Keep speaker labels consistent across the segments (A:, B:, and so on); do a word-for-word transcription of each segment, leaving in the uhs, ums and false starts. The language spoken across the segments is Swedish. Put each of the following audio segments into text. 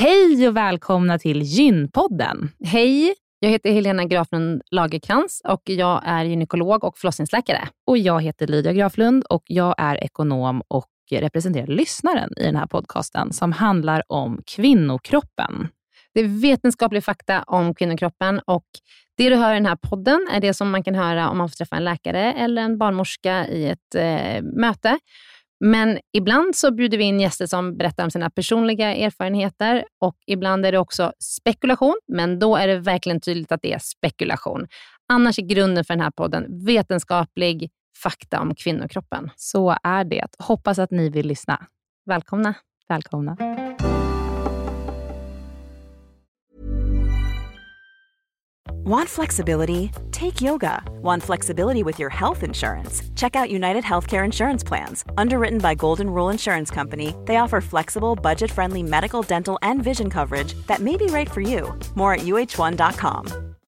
A: Hej och välkomna till Gynpodden.
B: Hej, jag heter Helena Graflund Lagerkrans och jag är gynekolog och förlossningsläkare.
A: Och jag heter Lydia Graflund och jag är ekonom och representerar lyssnaren i den här podcasten som handlar om kvinnokroppen.
B: Det är vetenskaplig fakta om kvinnokroppen och det du hör i den här podden är det som man kan höra om man får träffa en läkare eller en barnmorska i ett eh, möte. Men ibland så bjuder vi in gäster som berättar om sina personliga erfarenheter och ibland är det också spekulation, men då är det verkligen tydligt att det är spekulation. Annars är grunden för den här podden vetenskaplig fakta om kvinnokroppen.
A: Så är det. Hoppas att ni vill lyssna.
B: Välkomna.
A: Välkomna.
C: Want flexibility? Take yoga. Want flexibility with your health insurance? Check out United Healthcare Insurance Plans. Underwritten by Golden Rule Insurance Company, they offer flexible, budget-friendly medical, dental, and vision coverage that may be right for you. More at U H one dot com.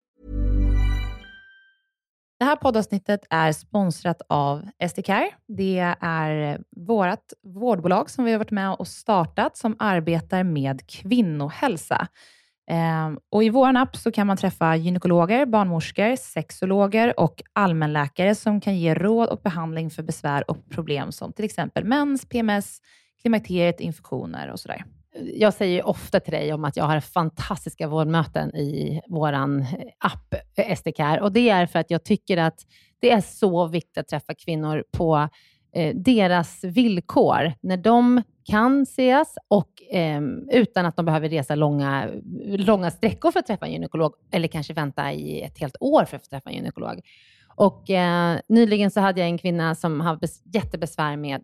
A: Det här poddavsnittet är sponsrat av Estecar. Det är vårt vårdbolag som vi har varit med och startat som arbetar med kvinnohälsa. Eh, och i vår app så kan man träffa gynekologer, barnmorskor, sexologer och allmänläkare som kan ge råd och behandling för besvär och problem som till exempel mens, P M S, klimakteriet, infektioner och sådär.
B: Jag säger ofta till dig om att jag har fantastiska vårdmöten i våran app Estecar och det är för att jag tycker att det är så viktigt att träffa kvinnor på eh, deras villkor när de kan ses och eh, utan att de behöver resa långa, långa sträckor för att träffa en gynekolog eller kanske vänta i ett helt år för att träffa en gynekolog. Och eh, nyligen så hade jag en kvinna som hade jättebesvär med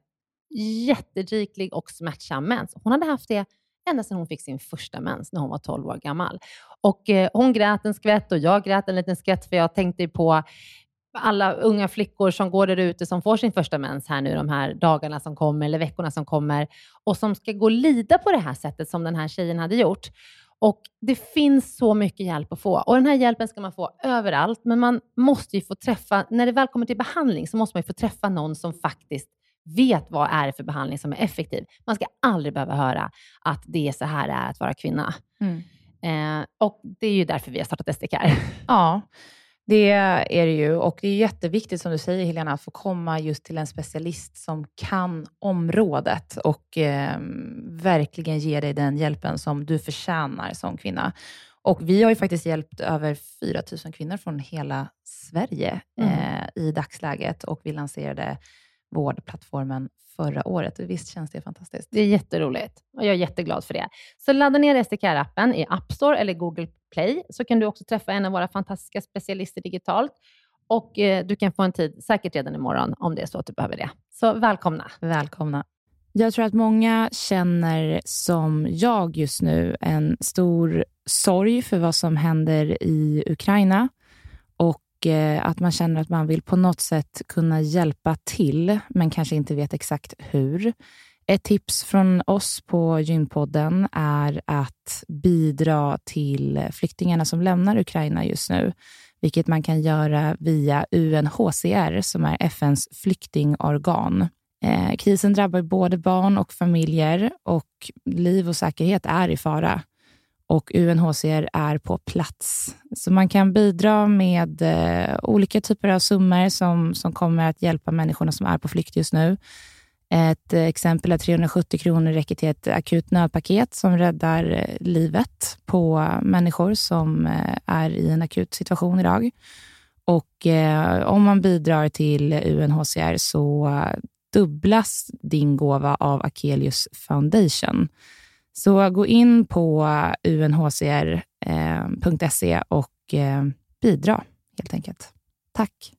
B: jätteriklig och smärtsam mens. Hon hade haft det ända sedan hon fick sin första mens när hon var tolv år gammal. Och eh, hon grät en skvätt och jag grät en liten skvätt för jag tänkte på alla unga flickor som går där ute som får sin första mens här nu de här dagarna som kommer eller veckorna som kommer och som ska gå och lida på det här sättet som den här tjejen hade gjort. Och det finns så mycket hjälp att få och den här hjälpen ska man få överallt, men man måste ju få träffa, när det väl kommer till behandling så måste man ju få träffa någon som faktiskt vet vad är det för behandling som är effektiv. Man ska aldrig behöva höra att det är så här det är att vara kvinna. Mm. Eh, och det är ju därför vi har startat Estecar.
A: Ja, det är det ju. Och det är jätteviktigt som du säger Helena att få komma just till en specialist som kan området och eh, verkligen ge dig den hjälpen som du förtjänar som kvinna. Och vi har ju faktiskt hjälpt över fyra tusen kvinnor från hela Sverige mm. eh, i dagsläget och vi lanserade vårdplattformen förra året. Och visst känns det fantastiskt.
B: Det är jätteroligt och jag är jätteglad för det. Så ladda ner Estecar-appen i App Store eller Google Play så kan du också träffa en av våra fantastiska specialister digitalt och eh, du kan få en tid säkert redan imorgon om det är så att du behöver det. Så välkomna.
A: Välkomna. Jag tror att många känner som jag just nu en stor sorg för vad som händer i Ukraina och att man känner att man vill på något sätt kunna hjälpa till men kanske inte vet exakt hur. Ett tips från oss på Gynpodden är att bidra till flyktingarna som lämnar Ukraina just nu, vilket man kan göra via U N H C R som är F N:s flyktingorgan. Eh, krisen drabbar både barn och familjer och liv och säkerhet är i fara. Och U N H C R är på plats. Så man kan bidra med eh, olika typer av summor som, som kommer att hjälpa människorna som är på flykt just nu. Ett eh, exempel är trehundrasjuttio kronor räcker till ett akut nödpaket som räddar eh, livet på människor som eh, är i en akut situation idag. Och eh, om man bidrar till U N H C R så eh, dubblas din gåva av Akelius Foundation. Så gå in på U N H C R punkt se och bidra helt enkelt. Tack.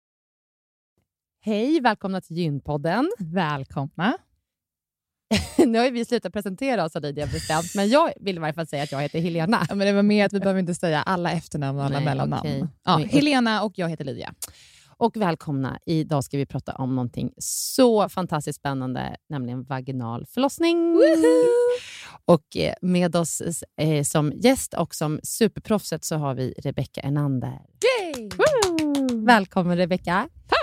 B: Hej, välkomna till Gynpodden.
A: Välkomna.
B: Nu har vi slutat presentera oss av Lydia bestämt, men jag vill i varje fall säga att jag heter Helena.
D: Ja, men det var med att vi behöver inte säga alla efternamn och alla Nej, mellannamn. Okay. Ja, Helena och jag heter Lydia.
B: Och välkomna. Idag ska vi prata om någonting så fantastiskt spännande, nämligen vaginal förlossning.
D: Woohoo!
B: Och med oss eh, som gäst och som superproffset så har vi Rebecka Enander.
D: Yay!
B: Woo! Välkommen Rebecka.
D: Tack!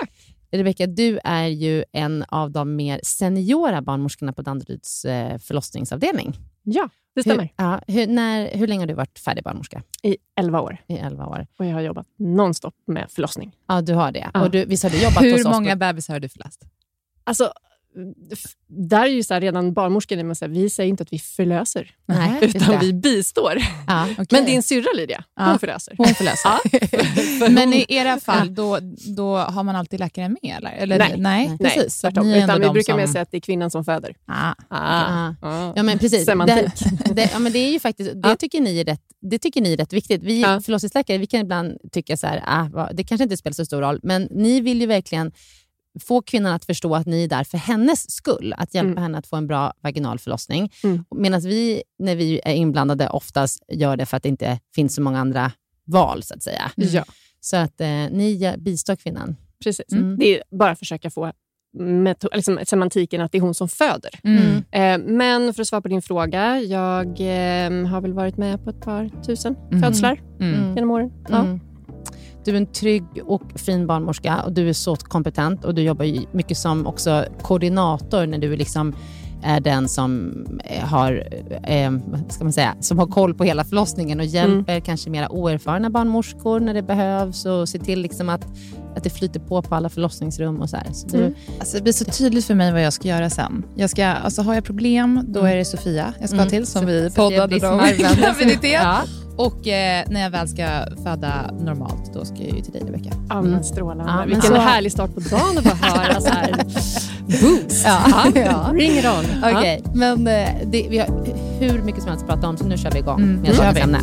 B: Rebecka, du är ju en av de mer seniora barnmorskorna på Danderyds eh, förlossningsavdelning.
E: Ja, det stämmer.
B: Hur, ja, hur, när, hur länge har du varit färdig barnmorska?
E: I elva år.
B: I elva år.
E: Och jag har jobbat nonstop med förlossning.
B: Ja, du har det.
E: Ja.
B: Och du, visst har du jobbat
D: hur
B: hos oss?
D: många bebisar har du förlöst?
E: Alltså, där är ju så här, redan barnmorskan, man säger, vi säger inte att vi förlöser.
B: Nej,
E: utan vi bistår.
B: Ja, okay.
E: Men din syrra Lydia, hon
B: ja.
E: förlöser.
B: Hon förlöser.
E: Ja.
D: Men i era fall, då, då har man alltid läkare med? Eller? eller
E: nej,
D: nej,
E: nej,
D: precis.
E: tvärtom.
D: Ni är
E: Utan vi brukar
D: som...
E: med säga att det är kvinnan som föder.
D: Ah.
E: Ah.
B: Ah. Ja, men precis.
E: Semantik.
B: Det, det, ja, men det är ju faktiskt, det,
E: ja.
B: tycker ni är rätt, det tycker ni är rätt viktigt. Vi
E: ja.
B: förlossningsläkare, vi kan ibland tycka så här, ah, va, det kanske inte spelar så stor roll, men ni vill ju verkligen få kvinnan att förstå att ni är där för hennes skull. Att hjälpa mm. henne att få en bra vaginal förlossning. Mm. Medan vi, när vi är inblandade, oftast gör det för att det inte finns så många andra val, så att säga.
E: Mm. Ja.
B: Så att eh, ni bistår kvinnan.
E: Precis. Mm. Det är bara att försöka få meto- liksom, semantiken att det är hon som föder.
B: Mm.
E: Eh, men för att svara på din fråga, jag eh, har väl varit med på ett par tusen
B: mm.
E: födslar
B: mm.
E: genom åren. Ja.
B: Mm. Du är en trygg och fin barnmorska och du är så kompetent och du jobbar ju mycket som också koordinator när du liksom är den som har, eh, vad ska man säga, som har koll på hela förlossningen och hjälper mm. kanske mera oerfarna barnmorskor när det behövs och ser till liksom att, att det flyter på på alla förlossningsrum och så här. Så du...
D: mm. alltså, det blir så tydligt för mig vad jag ska göra sen. Jag ska, alltså, har jag problem, då är det Sofia jag ska mm. till, som så, vi poddade om graviditet. Ja. Och eh, när jag väl ska föda normalt, då ska jag ju till dig, Rebecka.
E: Ja, men strålande.
B: Ja,
E: vilken
B: så...
E: härlig start på dagen att få höra så här. Boost!
B: Ja, ja.
E: Bring it on!
B: Okej, okay. ja. Men eh, det, vi har hur mycket som helst att prata om, så nu kör vi igång
D: mm.
B: med dagens ämne.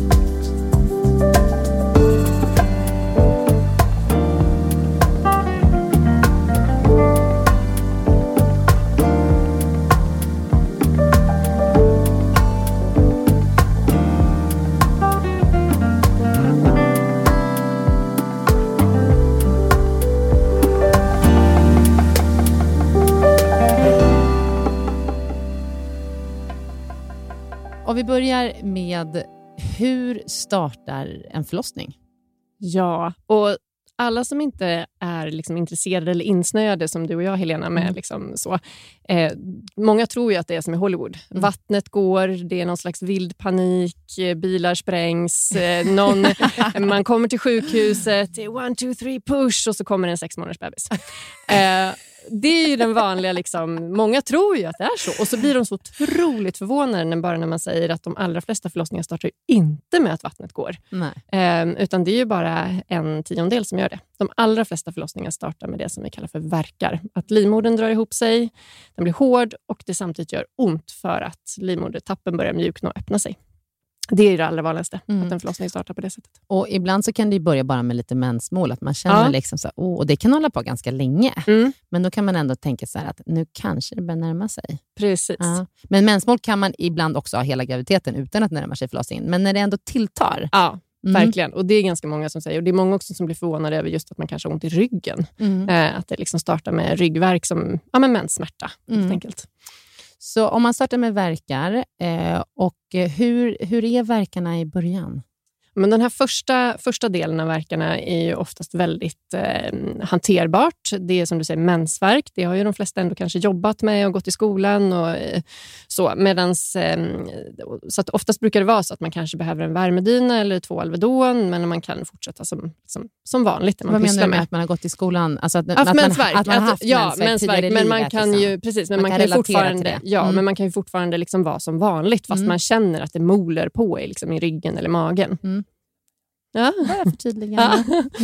B: Och vi börjar med, hur startar en förlossning?
E: Ja, och alla som inte är liksom intresserade eller insnöade som du och jag, Helena, med mm. liksom så. Eh, många tror ju att det är som i Hollywood. Mm. Vattnet går, det är någon slags vild panik, bilar sprängs, eh, någon, man kommer till sjukhuset, det är one, two, three, push, och så kommer en sex månaders bebis. Eh, det är ju den vanliga, liksom, många tror ju att det är så. Och så blir de så otroligt förvånade när, bara när man säger att de allra flesta förlossningar startar inte med att vattnet går. Eh, utan det är ju bara en tiondel som gör det. De allra flesta förlossningar startar med det som vi kallar för värkar. Att livmodern drar ihop sig, den blir hård och det samtidigt gör ont för att livmodertappen börjar mjukna och öppna sig. Det är det allra vanligaste, mm. att en förlossning startar på det sättet.
B: Och ibland så kan det ju börja bara med lite mensmål, att man känner ja. liksom så, oh, och det kan hålla på ganska länge. Mm. Men då kan man ändå tänka så här att nu kanske det börjar närma sig.
E: Precis.
B: Ja. Men mensmål kan man ibland också ha hela graviditeten utan att närma sig förlossningen. Men när det ändå tilltar.
E: Ja. Mm. Verkligen, och det är ganska många som säger, och det är många också som blir förvånade över just att man kanske har ont i ryggen. Mm. Eh, att det liksom startar med ryggvärk som, ja men menssmärta mm. helt enkelt.
B: Så om man startar med värkar, eh, och hur, hur är värkarna i början?
E: Men den här första, första delen av värkarna är ju oftast väldigt eh, hanterbart. Det är som du säger mensvärk. Det har ju de flesta ändå kanske jobbat med och gått i skolan och eh, så. Medans, eh, så att oftast brukar det vara så att man kanske behöver en värmedyna eller två Alvedon, men man kan fortsätta som, som, som vanligt. Man
B: Vad menar du med
E: med
B: att man har gått i skolan? Alltså att,
E: att,
B: att,
E: mensvärk,
B: man, att man har haft
E: att, ja,
B: mensvärk,
E: mensvärk men man kan
B: liksom.
E: ju precis, men
B: man,
E: man
B: kan,
E: kan ju fortfarande ja,
B: mm.
E: men man kan ju fortfarande liksom vara som vanligt fast mm. man känner att det moler på i, liksom, i ryggen eller magen.
B: Mm.
E: Ja,
B: bara förtydligande.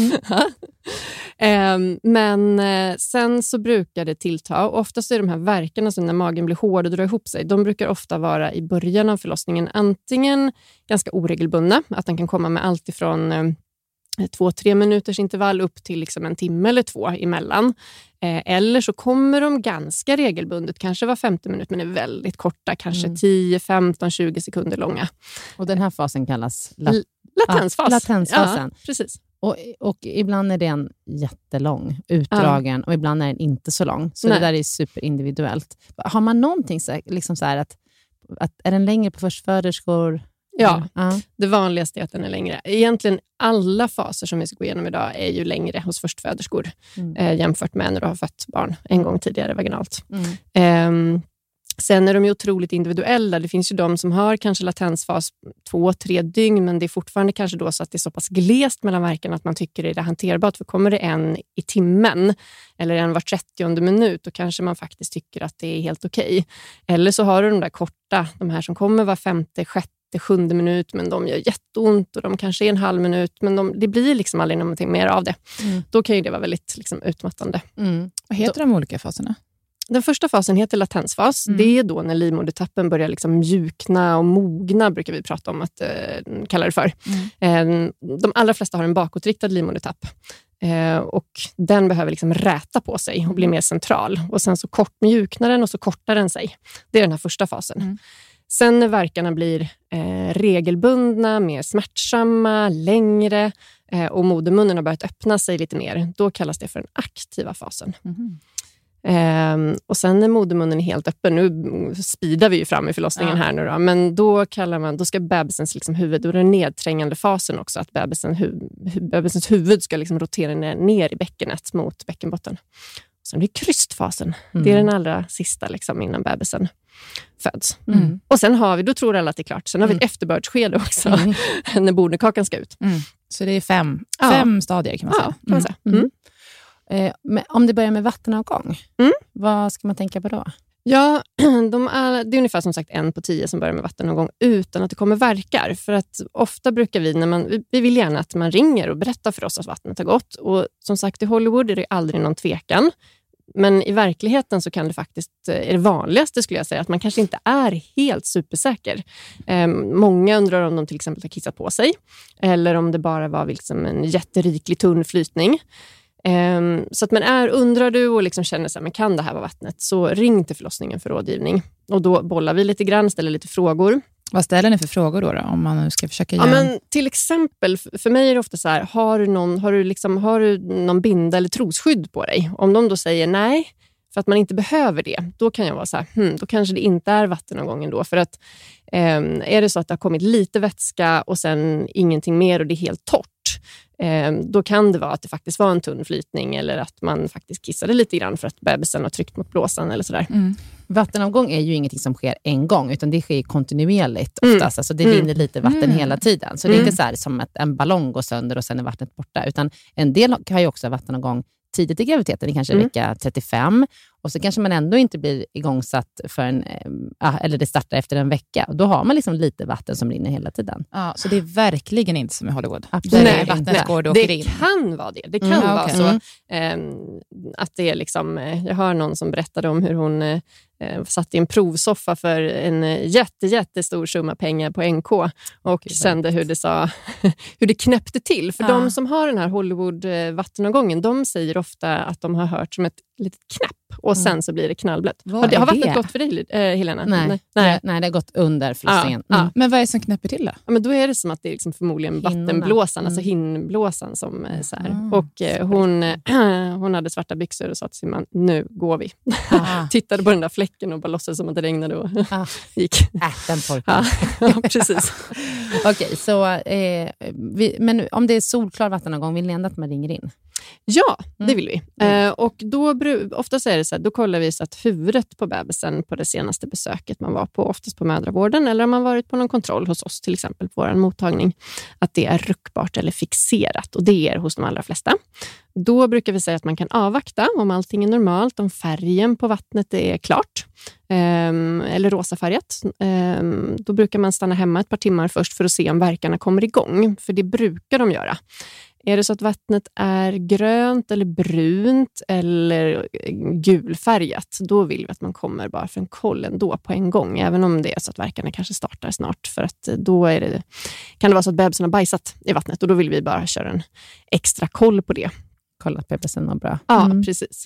E: Mm. um, men eh, sen så brukar det tillta. Och oftast är de här värkarna som när magen blir hård och drar ihop sig, de brukar ofta vara i början av förlossningen antingen ganska oregelbundna, att den kan komma med allt ifrån eh, två, tre minuters intervall upp till liksom en timme eller två emellan. Eh, eller så kommer de ganska regelbundet, kanske var femtio minut, men är väldigt korta, kanske mm. tio, femton, tjugo sekunder långa.
B: Och den här fasen kallas la-
E: L- latensfas.
B: Ja, latensfasen.
E: Ja, precis.
B: Och, och ibland är den jättelång, utdragen, ja. och ibland är den inte så lång. Så Nej. det där är superindividuellt. Har man någonting så, liksom så här att, att är den längre på förstföderskor?
E: Ja,
B: Ja.
E: det vanligaste är att den är längre. Egentligen alla faser som vi ska gå igenom idag är ju längre hos förstföderskor
B: Mm.
E: eh, jämfört med när du har fött barn en gång tidigare vaginalt.
B: Mm.
E: Eh, sen är de ju otroligt individuella. Det finns ju de som har kanske latensfas två, tre dygn, men det är fortfarande kanske då så att det är så pass glest mellan verkarna att man tycker det är hanterbart. För kommer det en i timmen eller en var trettionde minut, då kanske man faktiskt tycker att det är helt okej. Eller så har du de där korta, de här som kommer var femte, sjätte, sjunde minut, men de gör jätteont och de kanske är en halv minut, men de, det blir liksom aldrig någonting mer av det.
B: Mm.
E: Då kan ju det vara väldigt liksom, utmattande.
B: Mm.
D: Vad heter de olika faserna?
E: Den första fasen heter latensfas.
D: Mm.
E: Det är då när livmodertappen börjar liksom mjukna och mogna, brukar vi prata om att eh, kalla det för.
D: Mm.
E: Eh, de allra flesta har en bakåtriktad livmodertapp. Eh, och den behöver liksom räta på sig och bli mer central. Och sen så kort mjuknar den och så kortar den sig. Det är den här första fasen.
D: Mm.
E: Sen när verkarna blir eh, regelbundna, mer smärtsamma, längre eh, och modermunnen har börjat öppna sig lite mer, då kallas det för den aktiva fasen.
D: Mm.
E: Um, och sen när modermunnen är helt öppen, nu speedar vi ju fram i förlossningen
D: Ja.
E: här nu då, men då kallar man, då ska bebisens liksom huvud, då är den nedträngande fasen också, att bebisen hu- bebisens huvud ska liksom rotera ner, ner i bäckenet mot bäckenbotten. Sen är det krystfasen,
B: Mm.
E: det är den allra sista liksom innan bebisen föds.
B: Mm.
E: Och sen har vi, då tror alla att det är klart, sen har vi ett
B: Mm.
E: efterbördsskede också,
B: Mm.
E: när moderkakan ska ut.
D: Mm. Så det är fem,
E: Ja.
D: fem stadier kan man
E: Ja,
D: säga.
E: kan man
D: Mm.
E: säga.
B: Mm.
E: Mm.
B: Eh, men om det börjar med vattenavgång,
E: Mm.
B: vad ska man tänka på då?
E: Ja, de är, det är ungefär som sagt en på tio som börjar med vattenavgång utan att det kommer verkar. För att ofta brukar vi, när man, vi vill gärna att man ringer och berättar för oss att vattnet har gått. Och som sagt, i Hollywood är det aldrig någon tvekan. Men i verkligheten så kan det faktiskt, är det vanligaste skulle jag säga, att man kanske inte är helt supersäker. Eh, många undrar om de till exempel har kissat på sig. Eller om det bara var liksom en jätteriklig tunn flytning. Um, så att man är, undrar du och liksom känner så här, men kan det här vara vattnet, så ring till förlossningen för rådgivning. Och då bollar vi lite grann, ställer lite frågor.
D: Vad ställer ni för frågor då, då om man nu ska försöka
E: Ja,
D: göra...
E: men till exempel, för mig är det ofta så här, har du någon, har du liksom, har du någon binda eller trosskydd på dig? Om de då säger nej, för att man inte behöver det, då kan jag vara så här, hmm, då kanske det inte är vattenavgången då. För att eh, är det så att det har kommit lite vätska och sen ingenting mer och det är helt torrt, eh, då kan det vara att det faktiskt var en tunn flytning eller att man faktiskt kissade lite grann för att bebisen har tryckt mot blåsan eller sådär.
D: Mm.
B: Vattenavgång är ju ingenting som sker en gång, utan det sker kontinuerligt
E: Mm.
B: oftast. Alltså det
E: Mm.
B: rinner lite vatten
D: Mm.
B: hela tiden. Så det är
E: Mm.
B: inte så här som att en ballong går sönder och sen är vattnet borta. Utan en del har ju också vattenavgång tidigt i graviditeten, det kanske är
E: Mm.
B: vecka trettiofem. Och så kanske man ändå inte blir igångsatt för en, äh, eller det startar efter en vecka. Och då har man liksom lite vatten som rinner hela tiden.
D: Ja, så det är verkligen inte som i Hollywood.
B: Absolut.
D: Där
E: Nej,
D: vattnet
E: nej.
D: går, det åker
E: Det
D: in.
E: kan vara det. Det kan
B: Mm,
E: vara
D: okej.
E: så.
B: Mm.
E: Eh, att det är liksom, eh, jag hör någon som berättade om hur hon eh, satt i en provsoffa för en eh, jätte, jättestor summa pengar på N K och
B: Gud,
E: kände hur det, sa, hur det knäppte till. För
D: Ja.
E: de som har den här Hollywood-vattenavgången, de säger ofta att de har hört som ett litet knapp och sen
B: Mm.
E: så blir det knallblött.
D: Vad
E: Har, det,
D: är
E: har vattnet
D: det?
E: gått för dig, eh, Helena?
B: Nej,
E: Nej.
B: nej. nej, det har gått under förlossningen.
E: Ja, ja.
B: Mm.
D: Men vad är det som knäpper till då?
E: Ja, men då är det som att det är liksom förmodligen
B: Hinnorna.
E: vattenblåsan,
B: Mm.
E: alltså hinnblåsan som eh, så här.
D: Ah,
E: Och eh, hon, eh, hon hade svarta byxor och sa till sin man, nu går vi.
B: Ah.
E: Tittade på den där fläcken och bara låtsades som att det regnade och
B: Ah.
E: gick.
B: Äh, den torkar.
E: Ja, ja, precis.
B: Okej, så eh, vi, men om det är solklar vattenavgång, vill ni ändå att man ringer in?
E: Ja, det
B: Mm.
E: vill vi.
B: Mm.
E: Eh, och då, bru- oftast är det så här, då kollar vi så att huvudet på bebisen på det senaste besöket man var på, oftast på mödravården, eller om man varit på någon kontroll hos oss, till exempel på vår mottagning, att det är ruckbart eller fixerat, och det är hos de allra flesta. Då brukar vi säga att man kan avvakta om allting är normalt, om färgen på vattnet är klart, ehm, eller rosafärgat. Ehm, då brukar man stanna hemma ett par timmar först för att se om verkarna kommer igång, för det brukar de göra. Är det så att vattnet är grönt eller brunt eller gulfärgat, då vill vi att man kommer bara för en koll ändå på en gång, även om det är så att verkarna kanske startar snart, för att då är det, kan det vara så att bebisen har bajsat i vattnet, och då vill vi bara köra en extra koll på det.
B: Kolla att bebisen var bra.
E: Ja,
B: Mm.
E: precis.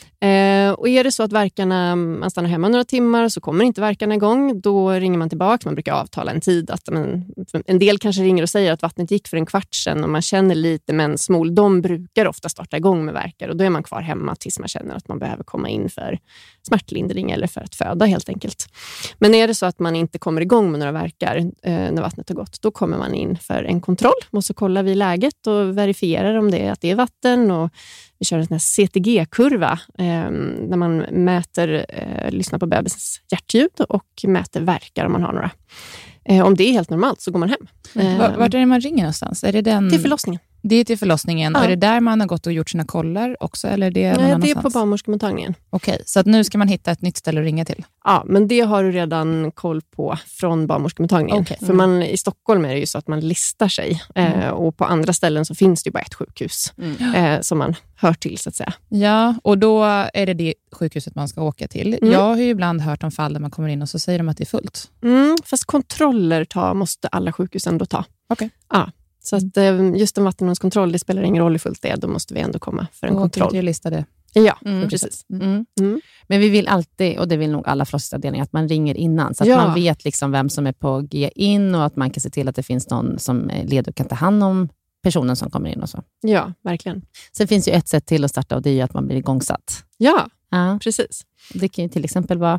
E: Eh, och är det så att verkarna, man stannar hemma några timmar så kommer inte verkarna igång, då ringer man tillbaka. Man brukar avtala en tid. Att, men, en del kanske ringer och säger att vattnet gick för en kvart sedan och man känner lite mensmål. De brukar ofta starta igång med verkar, och då är man kvar hemma tills man känner att man behöver komma in för smärtlindring eller för att föda helt enkelt. Men är det så att man inte kommer igång med några verkar eh, när vattnet har gått, då kommer man in för en kontroll och så kollar vi läget och verifierar om det är att det är vatten, och vi kör en sån här C T G-kurva eh, där man mäter, eh, lyssnar på bebisens hjärtljud och mäter verkar om man har några. Eh, om det är helt normalt så går man hem.
A: Eh, Vart är det man ringer någonstans? Är det den...
E: Till förlossningen.
A: Det är till förlossningen. Ja. Och är det där man har gått och gjort sina kollar också? Eller är det
E: Nej, det är på barnmorskemottagningen.
A: Okej, så att nu ska man hitta ett nytt ställe att ringa till?
E: Ja, men det har du redan koll på från barnmorskemottagningen. Okay. Mm. För man, i Stockholm är det ju så att man listar sig. Mm. Eh, och på andra ställen så finns det ju bara ett sjukhus mm. eh, som man hör till så att säga.
A: Ja, och då är det det sjukhuset man ska åka till. Mm. Jag har ju ibland hört om fall där man kommer in och så säger de att det är fullt.
E: Mm, fast kontroller ta, måste alla sjukhus ändå ta.
A: Okej. Okay.
E: Ja. Så att just en vattenkontroll, det spelar ingen roll hur fullt det är. Då måste vi ändå komma för en
A: och
E: kontroll.
A: Och lista det.
E: Ja,
B: mm,
E: precis.
B: Mm. Mm. Men vi vill alltid, och det vill nog alla förlossningsavdelningar, att man ringer innan. Så att
E: ja.
B: man vet liksom vem som är på G in och att man kan se till att det finns någon som leder och kan ta hand om personen som kommer in och så.
E: Ja, verkligen.
B: Sen finns ju ett sätt till att starta, och det är ju att man blir igångsatt.
E: Ja,
B: ja.
E: precis.
B: Det kan ju till exempel vara...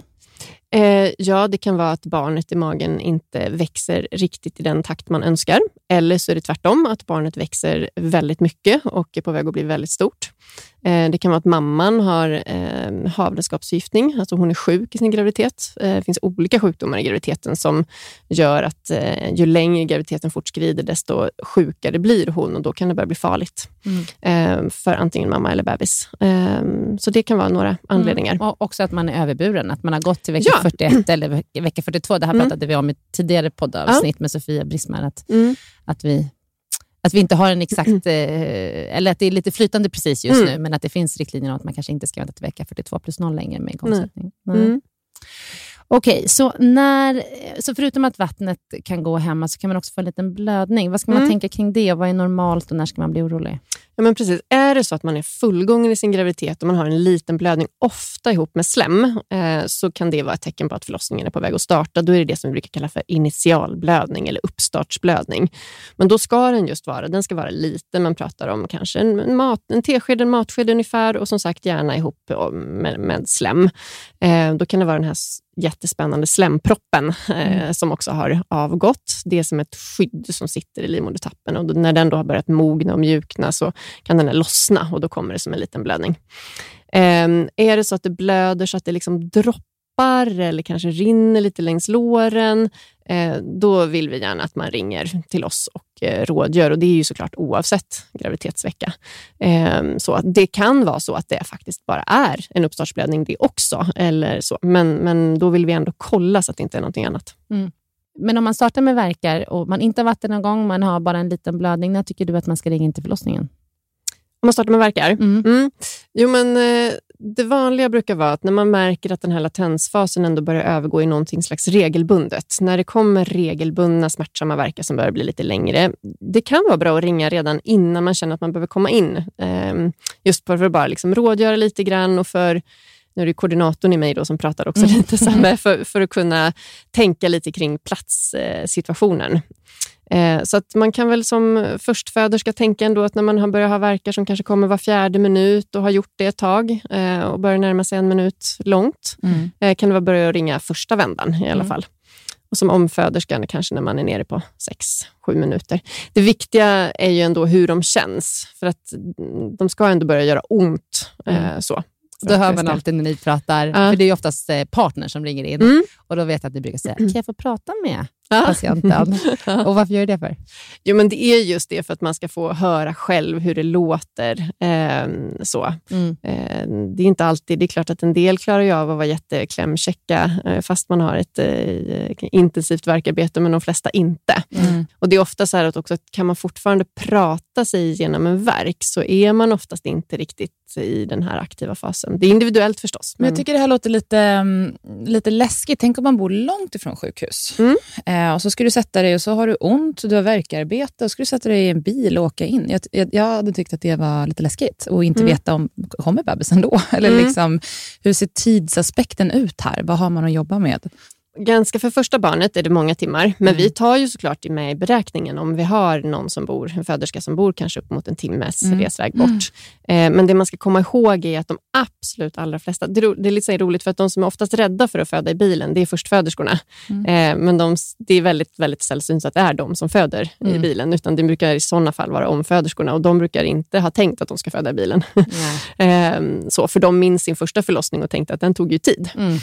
E: Eh, ja, det kan vara att barnet i magen inte växer riktigt i den takt man önskar. Eller så är det tvärtom, att barnet växer väldigt mycket och är på väg att bli väldigt stort. Eh, det kan vara att mamman har eh, havandeskapsförgiftning, alltså hon är sjuk i sin graviditet. Eh, det finns olika sjukdomar i graviditeten som gör att eh, ju längre graviditeten fortskrider, desto sjukare blir hon, och då kan det börja bli farligt mm. eh, för antingen mamma eller bebis. Eh, så det kan vara några anledningar.
B: Mm. Och också att man är överburen, att man har gått till vecka ja. fyrtioett eller vecka fyrtiotvå. Det här
E: mm.
B: pratade vi om i tidigare poddavsnitt
E: ja.
B: med Sofia Brisman, att,
E: mm.
B: att vi Att vi inte har en exakt, mm. eh, eller att det är lite flytande precis just mm. nu, men att det finns riktlinjer om att man kanske inte ska vänta till vecka fyrtiotvå plus noll längre med igångsättning.
E: Mm. Mm.
B: Okej, okay, så, när, så förutom att vattnet kan gå hemma så kan man också få en liten blödning. Vad ska man mm. tänka kring det? Vad är normalt och när ska man bli orolig?
E: Ja, men precis. Är det så att man är fullgången i sin graviditet och man har en liten blödning, ofta ihop med slem, eh, så kan det vara ett tecken på att förlossningen är på väg att starta. Då är det det som vi brukar kalla för initialblödning eller uppstartsblödning. Men då ska den just vara, den ska vara liten. Man pratar om kanske en, mat, en tesked, en matsked ungefär, och som sagt gärna ihop med, med slem. Eh, då kan det vara den här jättespännande slemproppen eh, mm. som också har avgått. Det är som ett skydd som sitter i livmodertappen, och då, när den då har börjat mogna och mjukna så kan den lossna, och då kommer det som en liten blödning. Eh, är det så att det blöder så att det liksom droppar eller kanske rinner lite längs låren, eh, då vill vi gärna att man ringer till oss och eh, rådgör, och det är ju såklart oavsett graviditetsvecka. Eh, så det kan vara så att det faktiskt bara är en uppstartsblödning det också, eller så. Men, men då vill vi ändå kolla så att det inte är någonting annat.
B: Mm. Men om man startar med verkar och man inte har vatten någon gång, man har bara en liten blödning, när tycker du att man ska ringa in till förlossningen?
E: Om man startar med verkar?
B: Mm.
E: Mm. Jo, men eh, det vanliga brukar vara att när man märker att den här latensfasen ändå börjar övergå i någonting slags regelbundet. När det kommer regelbundna smärtsamma verkar som börjar bli lite längre. Det kan vara bra att ringa redan innan man känner att man behöver komma in. Eh, just för att bara liksom rådgöra lite grann, och för... Nu är det koordinatorn i mig då som pratar också mm. lite samma, för, för att kunna tänka lite kring platssituationen. Eh, så att man kan väl som förstföderska tänka ändå att när man har börjat ha verkar som kanske kommer var fjärde minut och har gjort det ett tag eh, och börjar närma sig en minut långt, mm. eh, kan det vara börja ringa första vändan i alla mm. fall. Och som omföderskan kanske när man är nere på sex sju minuter. Det viktiga är ju ändå hur de känns, för att de ska ändå börja göra ont eh, mm. så.
B: Då hör man alltid när ni pratar,
E: ja.
B: för det är ju oftast partner som ringer in.
E: Mm.
B: Och då vet jag att ni brukar säga, kan jag få prata med ja. patienten?
E: Ja.
B: Och varför gör det för?
E: Jo, men det är just det för att man ska få höra själv hur det låter. Eh, så. Mm. Eh, det är inte alltid, det är klart att en del klarar ju av att vara jätteklämkäcka eh, fast man har ett eh, intensivt verkarbete, men de flesta inte. Mm. Och det är ofta så här att också kan man fortfarande prata sig genom en verk, så är man oftast inte riktigt i den här aktiva fasen. Det är individuellt förstås.
A: Men, men jag tycker det här låter lite, lite läskigt. Tänk om man bor långt ifrån sjukhus.
E: Mm.
A: Eh, och så ska du sätta dig och så har du ont, du har värkarbete och så ska du sätta dig i en bil och åka in. Jag, jag, jag hade tyckt att det var lite läskigt och inte mm. veta om kommer bebisen då? Eller mm. liksom, hur ser tidsaspekten ut här? Vad har man att jobba med?
E: ganska för första barnet är det många timmar. Men mm. vi tar ju såklart med i beräkningen om vi har någon som bor, en föderska som bor kanske upp mot en timmes mm. resväg bort. Mm. Eh, men det man ska komma ihåg är att de absolut allra flesta, det är, det är lite så roligt för att de som är oftast rädda för att föda i bilen, det är förstföderskorna. Mm. Eh, men de, det är väldigt, väldigt sällsynt att det är de som föder mm. i bilen. Utan det brukar i sådana fall vara omföderskorna och de brukar inte ha tänkt att de ska föda i bilen. eh, så, för de minns sin första förlossning och tänkte att den tog ju tid. Mm.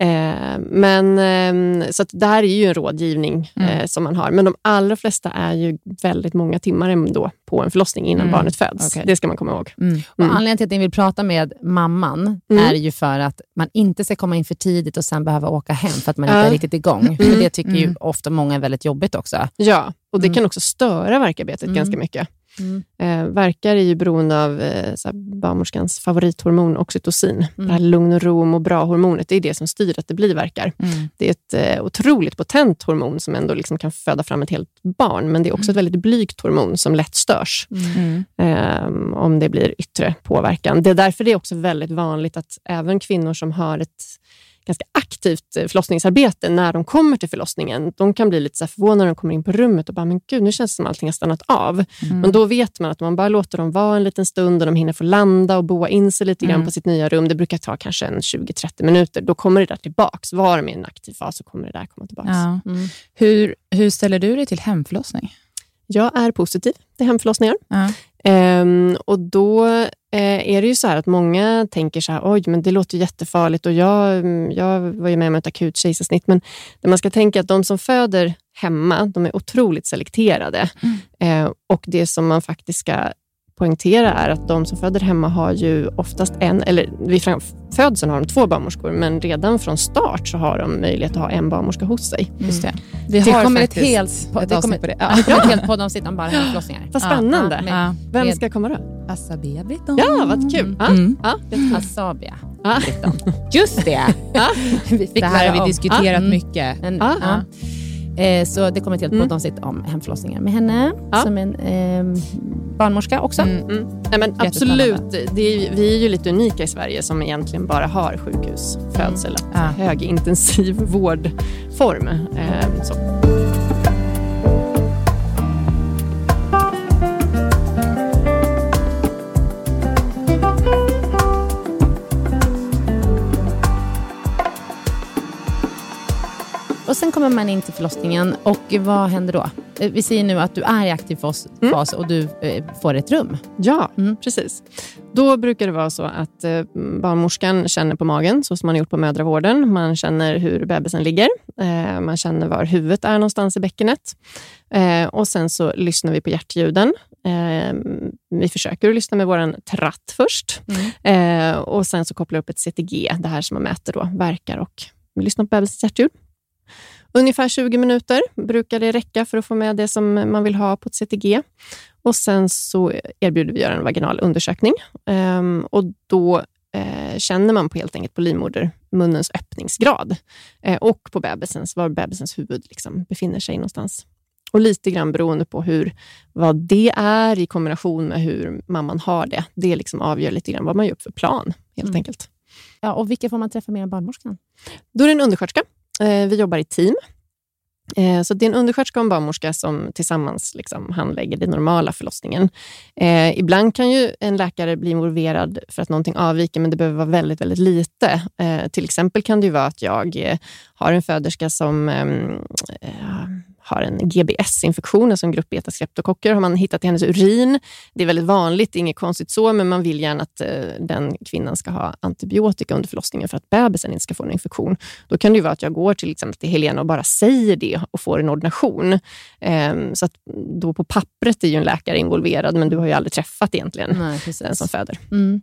E: Eh, men eh, så att det här är ju en rådgivning eh, mm. som man har. Men de allra flesta är ju väldigt många timmar ändå på en förlossning innan mm. barnet föds. Okay. Det ska man komma ihåg.
B: Mm. Och mm. anledningen till att jag vill prata med mamman mm. är ju för att man inte ska komma in för tidigt och sen behöva åka hem för att man inte är riktigt igång. Mm. För det tycker ju mm. ofta många är väldigt jobbigt också.
E: Ja, och det mm. kan också störa värkarbetet mm. ganska mycket. Mm. Eh, verkar är ju beroende av eh, barnmorskans favorithormon oxytocin. Mm. Det här lugn och ro och bra hormonet, det är det som styr att det blir verkar. Mm. Det är ett eh, otroligt potent hormon som ändå liksom kan föda fram ett helt barn, men det är också mm. ett väldigt blygt hormon som lätt störs mm. eh, om det blir yttre påverkan. Det är därför det är också väldigt vanligt att även kvinnor som har ett ganska aktivt förlossningsarbete när de kommer till förlossningen, de kan bli lite så här förvånade när de kommer in på rummet och bara, men gud, nu känns det som allting har stannat av. Mm. Men då vet man att man bara låter dem vara en liten stund och de hinner få landa och boa in sig lite grann mm. på sitt nya rum. Det brukar ta kanske en tjugo till trettio minuter. Då kommer det där tillbaks. Var de i en aktiv fas så kommer det där komma tillbaks.
D: Ja. Mm. Hur, hur ställer du dig till hemförlossning?
E: Jag är positiv till hemförlossningar.
D: Ja.
E: Um, och då uh, är det ju så här att många tänker så här, oj, men det låter jättefarligt och jag, jag var ju med om ett akut kejsarsnitt, men det man ska tänka att de som föder hemma, de är otroligt selekterade mm. uh, och det som man faktiskt ska poängtera är att de som föder hemma har ju oftast en, eller vid födseln har de två barnmorskor, men redan från start så har de möjlighet att ha en barnmorska hos sig.
B: Mm. Just det. Vi
D: det
B: har
D: kommer
B: faktiskt,
D: ett helt
B: på, det kommer,
D: på det.
B: Ja. Det kommer ett helt poddavsnitt om bara hemförlossningar.
E: Vad spännande.
B: Ja, med,
E: Vem
B: med,
E: ska komma då?
D: Asabia Britton.
E: Ja, vad kul. Ja,
D: mm.
E: ja,
B: Asabia
E: ja.
B: Britton. Just det.
E: Ja.
D: Det här har vi diskuterat ja. mycket.
B: En, ja. Ja. Eh, så det kommer ett helt mm. poddavsnitt om hemförlossningar med henne ja. som en eh, barnmorska också. Mm.
E: Mm. Nej, men absolut, det är, vi är ju lite unika i Sverige som egentligen bara har sjukhusfödsel. Mm. Ja. Högintensiv vårdform. Eh, så.
B: Och sen kommer man in till förlossningen och vad händer då? Vi säger nu att du är i aktiv fas, mm. fas och du eh, får ett rum.
E: Ja, mm. precis. Då brukar det vara så att eh, barnmorskan känner på magen, så som man har gjort på mödravården. Man känner hur bebisen ligger. Eh, man känner var huvudet är någonstans i bäckenet. Eh, och sen så lyssnar vi på hjärtljuden. Eh, vi försöker att lyssna med våran tratt först. Mm. Eh, och sen så kopplar vi upp ett C T G, det här som man mäter då, verkar och vi lyssnar på bebisens hjärtljud. Ungefär tjugo minuter brukar det räcka för att få med det som man vill ha på ett C T G. Och sen så erbjuder vi göra en vaginal undersökning. Um, och då uh, känner man på helt enkelt på livmodermunnens öppningsgrad. Uh, och på bebisens, var bebisens huvud liksom befinner sig någonstans. Och lite grann beroende på hur, vad det är i kombination med hur mamman har det. Det liksom avgör lite grann vad man gör för plan helt mm. enkelt.
B: Ja, och vilka får man träffa med en barnmorskan?
E: Då är det en undersköterska. Vi jobbar i team. Så det är en undersköterska och en barnmorska som tillsammans liksom handlägger den normala förlossningen. Eh, ibland kan ju en läkare bli involverad för att någonting avviker, men det behöver vara väldigt, väldigt lite. Eh, till exempel kan det ju vara att jag eh, har en föderska som eh, har en G B S-infektion, alltså en grupp beta-streptokocker. Har man hittat i hennes urin. Det är väldigt vanligt, inget konstigt så, men man vill gärna att eh, den kvinnan ska ha antibiotika under förlossningen för att bebisen inte ska få en infektion. Då kan det ju vara att jag går till exempel till Helena och bara säger det och får en ordination. Eh, så att då på pappret är ju en läkare involverad, men du har ju aldrig träffat egentligen Nej, den som föder.
B: Mm.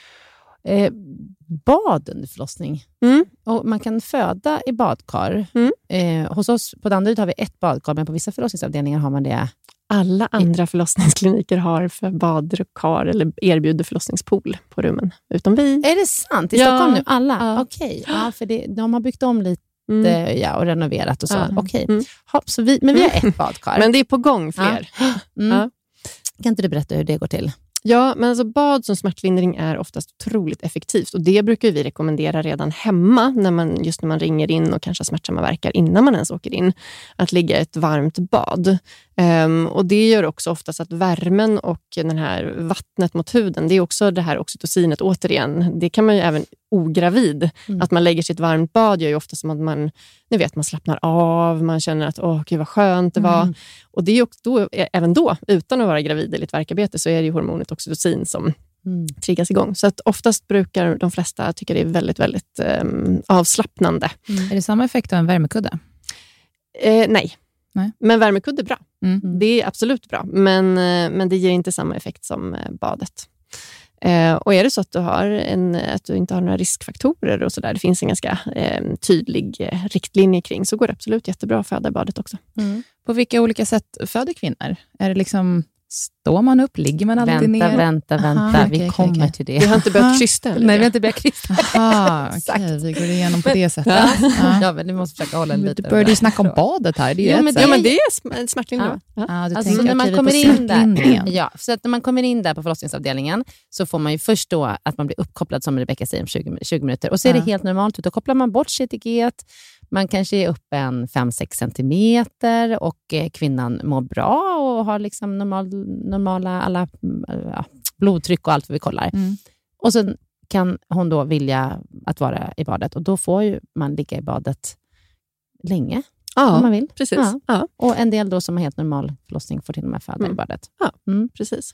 B: Eh, bad under förlossning. Mm. Och man kan föda i badkar. Mm. Eh, hos oss på Danderyd har vi ett badkar, men på vissa förlossningsavdelningar har man det.
E: Alla andra förlossningskliniker har för badkar eller erbjuder förlossningspool på rummen, utom vi.
B: Är det sant? I ja. Stockholm nu? Alla? Ja. Okej, okay. ja, för det, de har byggt om lite mm. ja, och renoverat och så. Ja. Okej, okay. mm. Men vi har ett badkar.
E: Men det är på gång fler.
B: Ja. Mm. Ja. Kan inte du berätta hur det går till?
E: Ja, men alltså bad som smärtlindring är oftast otroligt effektivt och det brukar vi rekommendera redan hemma när man, just när man ringer in och kanske har smärtsamma verkar innan man ens åker in, att ligga i ett varmt bad. Um, och det gör också oftast att värmen och den här vattnet mot huden, det är också det här oxytocinet återigen. Det kan man ju även ogravid. Mm. Att man lägger sitt varmt bad gör ju ofta som att man, ni vet, man slappnar av, man känner att åh gud vad skönt det var. Mm. Och det är också då, även då, utan att vara gravid eller ett värkarbete, så är det ju hormonet oxytocin som mm. triggas igång. Så att oftast brukar de flesta tycka det är väldigt, väldigt um, avslappnande.
D: Mm. Är det samma effekt av en värmekudde?
E: Eh, nej.
D: nej.
E: Men värmekudde är bra.
D: Mm.
E: Det är absolut bra. Men, men det ger inte samma effekt som badet. Eh, och är det så att du, har en, att du inte har några riskfaktorer och sådär, det finns en ganska eh, tydlig eh, riktlinje kring, så går det absolut jättebra att föda i badet också.
D: Mm. På vilka olika sätt föder kvinnor? Är det liksom, står man upp, ligger man alltid
B: vänta,
D: ner?
B: Vänta, vänta,
D: Aha,
B: vi
D: okay,
B: kommer
D: okay.
B: till det.
E: Vi har inte börjat krysta.
B: Nej, vi har inte börjat krysta.
D: Aha, okay, vi går igenom på det sättet.
B: Ja, ja men vi måste försöka hålla en lite.
D: Du började ju snacka om badet här. Det är
B: ja,
D: ju
B: men
D: ett
E: ja, men det är smärtlindring.
B: Ja.
D: Ja, du
B: alltså,
D: tänker,
B: när man
D: okay,
B: kommer in där,
D: ja.
B: ja, så att när man kommer in där på förlossningsavdelningen så får man ju först då att man blir uppkopplad som Rebecka säger om tjugo, tjugo minuter. Och så är
D: ja.
B: det helt normalt ut. Då kopplar man bort sitt eget. Man kanske är upp en fem sex centimeter och eh, kvinnan mår bra och har liksom normal, normala alla, ja, blodtryck och allt vad vi kollar.
D: Mm.
B: Och sen kan hon då vilja att vara i badet och då får ju man ligga i badet länge.
E: Ja,
B: om man vill.
E: Precis.
B: Ja.
E: Ja.
B: Och en del då som har helt normal förlossning får till och med föda mm. i badet.
E: Ja,
B: mm.
E: precis.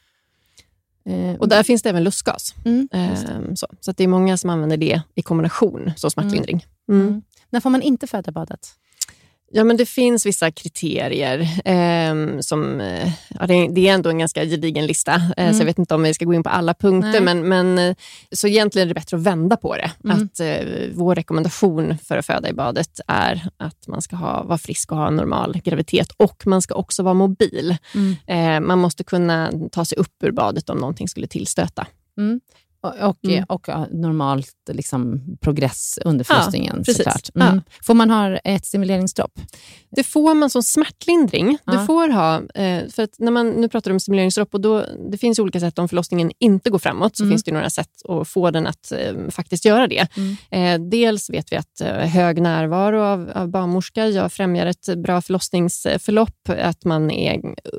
E: Eh, och där finns det även lustgas.
B: Mm,
E: eh, så. så att det är många som använder det i kombination som smärtlindring. Mm.
B: Mm. När får man inte föda i badet?
E: Ja, men det finns vissa kriterier eh, som, eh, ja, det, är, det är ändå en ganska gedigen lista, eh, mm. så jag vet inte om vi ska gå in på alla punkter, men, men så egentligen är det bättre att vända på det. Mm. Att eh, vår rekommendation för att föda i badet är att man ska ha, vara frisk och ha en normal graviditet, och man ska också vara mobil. Mm. Eh, man måste kunna ta sig upp ur badet om någonting skulle tillstöta.
B: Mm. Och, och, mm. och, och normalt liksom, progress under förlossningen,
E: ja,
B: såklart. Mm.
E: Ja.
B: Får man ha ett stimuleringsdropp?
E: Det får man som smärtlindring.
B: Ja.
E: Du får ha, eh, för att när man nu pratar om stimuleringsdropp, och då, det finns olika sätt om förlossningen inte går framåt, så mm. finns det några sätt att få den att eh, faktiskt göra det. Mm. Eh, dels vet vi att eh, hög närvaro av, av barnmorska gör, främjar ett bra förlossningsförlopp, att man är,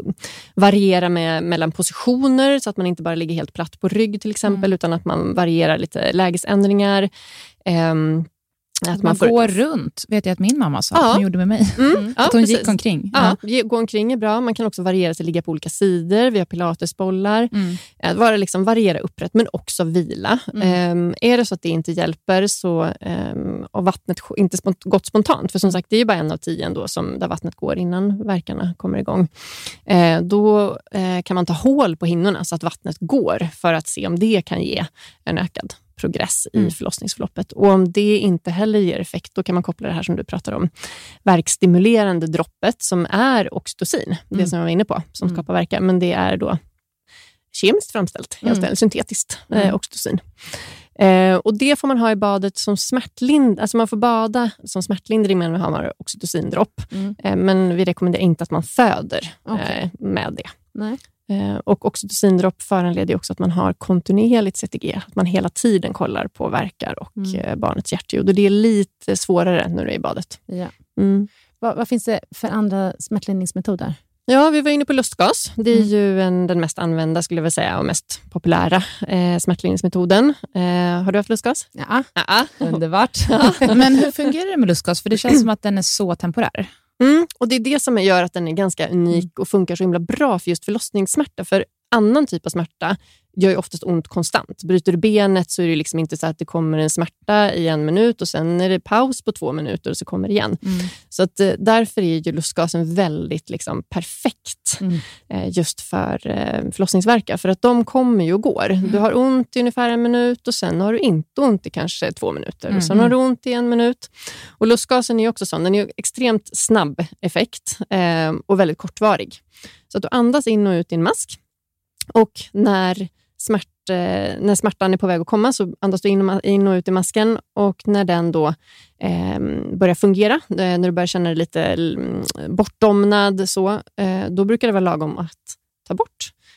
E: varierar med, mellan positioner så att man inte bara ligger helt platt på rygg till exempel, mm. utan att man varierar lite lägesändringar. Um,
D: att man, man får... går runt, vet jag att min mamma sa, ja. Hon gjorde med mig. Mm. Att hon ja, gick omkring.
E: Ja, ja. Gå omkring är bra. Man kan också variera sig, ligga på olika sidor. Vi har pilatesbollar. Mm. Att vara, liksom, variera upprätt, men också vila. Mm. Um, är det så att det inte hjälper så, um, och vattnet inte spont- gått spontant, för som sagt, det är ju bara en av tio ändå som, där vattnet går innan verkarna kommer igång. Uh, då uh, kan man ta hål på hinnorna så att vattnet går, för att se om det kan ge en ökad progress i mm. förlossningsförloppet. Och om det inte heller ger effekt, då kan man koppla det här som du pratar om, verkstimulerande droppet, som är oxytocin, mm. det som jag var inne på, som skapar verkar, men det är då kemiskt framställt, helt mm. syntetiskt mm. eh, oxytocin. Eh, och det får man ha i badet som smärtlind, alltså man får bada som smärtlindring, men vi har oxytocindropp. Mm. Eh, men vi rekommenderar inte att man föder okay. eh, med det.
B: Nej.
E: Eh, och oxytocindropp föranleder också att man har kontinuerligt C T G, att man hela tiden kollar på verkar och mm. eh, barnets hjärtljud. Och det är lite svårare när du är i badet.
B: Ja.
E: Mm.
B: Vad, vad finns det för andra smärtlindringsmetoder?
E: Ja, vi var inne på lustgas. Det är mm. ju en, den mest använda, skulle jag vilja säga, och mest populära eh, smärtlindringsmetoden. Eh, har du haft lustgas?
B: Ja,
E: ja.
B: Underbart.
D: Ja. Men hur fungerar det med lustgas? För det känns som att den är så temporär.
E: Mm, och det är det som gör att den är ganska unik och funkar så himla bra för just förlossningssmärta. För annan typ av smärta gör ju oftast ont konstant. Bryter du benet så är det liksom inte så att det kommer en smärta i en minut och sen är det paus på två minuter och så kommer det igen. Mm. Så att, därför är ju lustgasen väldigt liksom, perfekt mm. eh, just för eh, förlossningsverkar. För att de kommer ju och går. Mm. Du har ont i ungefär en minut och sen har du inte ont i kanske två minuter. Mm. Och sen har du ont i en minut. Och lustgasen är ju också sån. Den är ju extremt snabb effekt eh, och väldigt kortvarig. Så att du andas in och ut i en mask. Och när, smärt, när smärtan är på väg att komma så andas du in och, in och ut i masken. Och när den då eh, börjar fungera, när du börjar känna dig lite bortdomnad, så, eh, då brukar det vara lagom att ta bort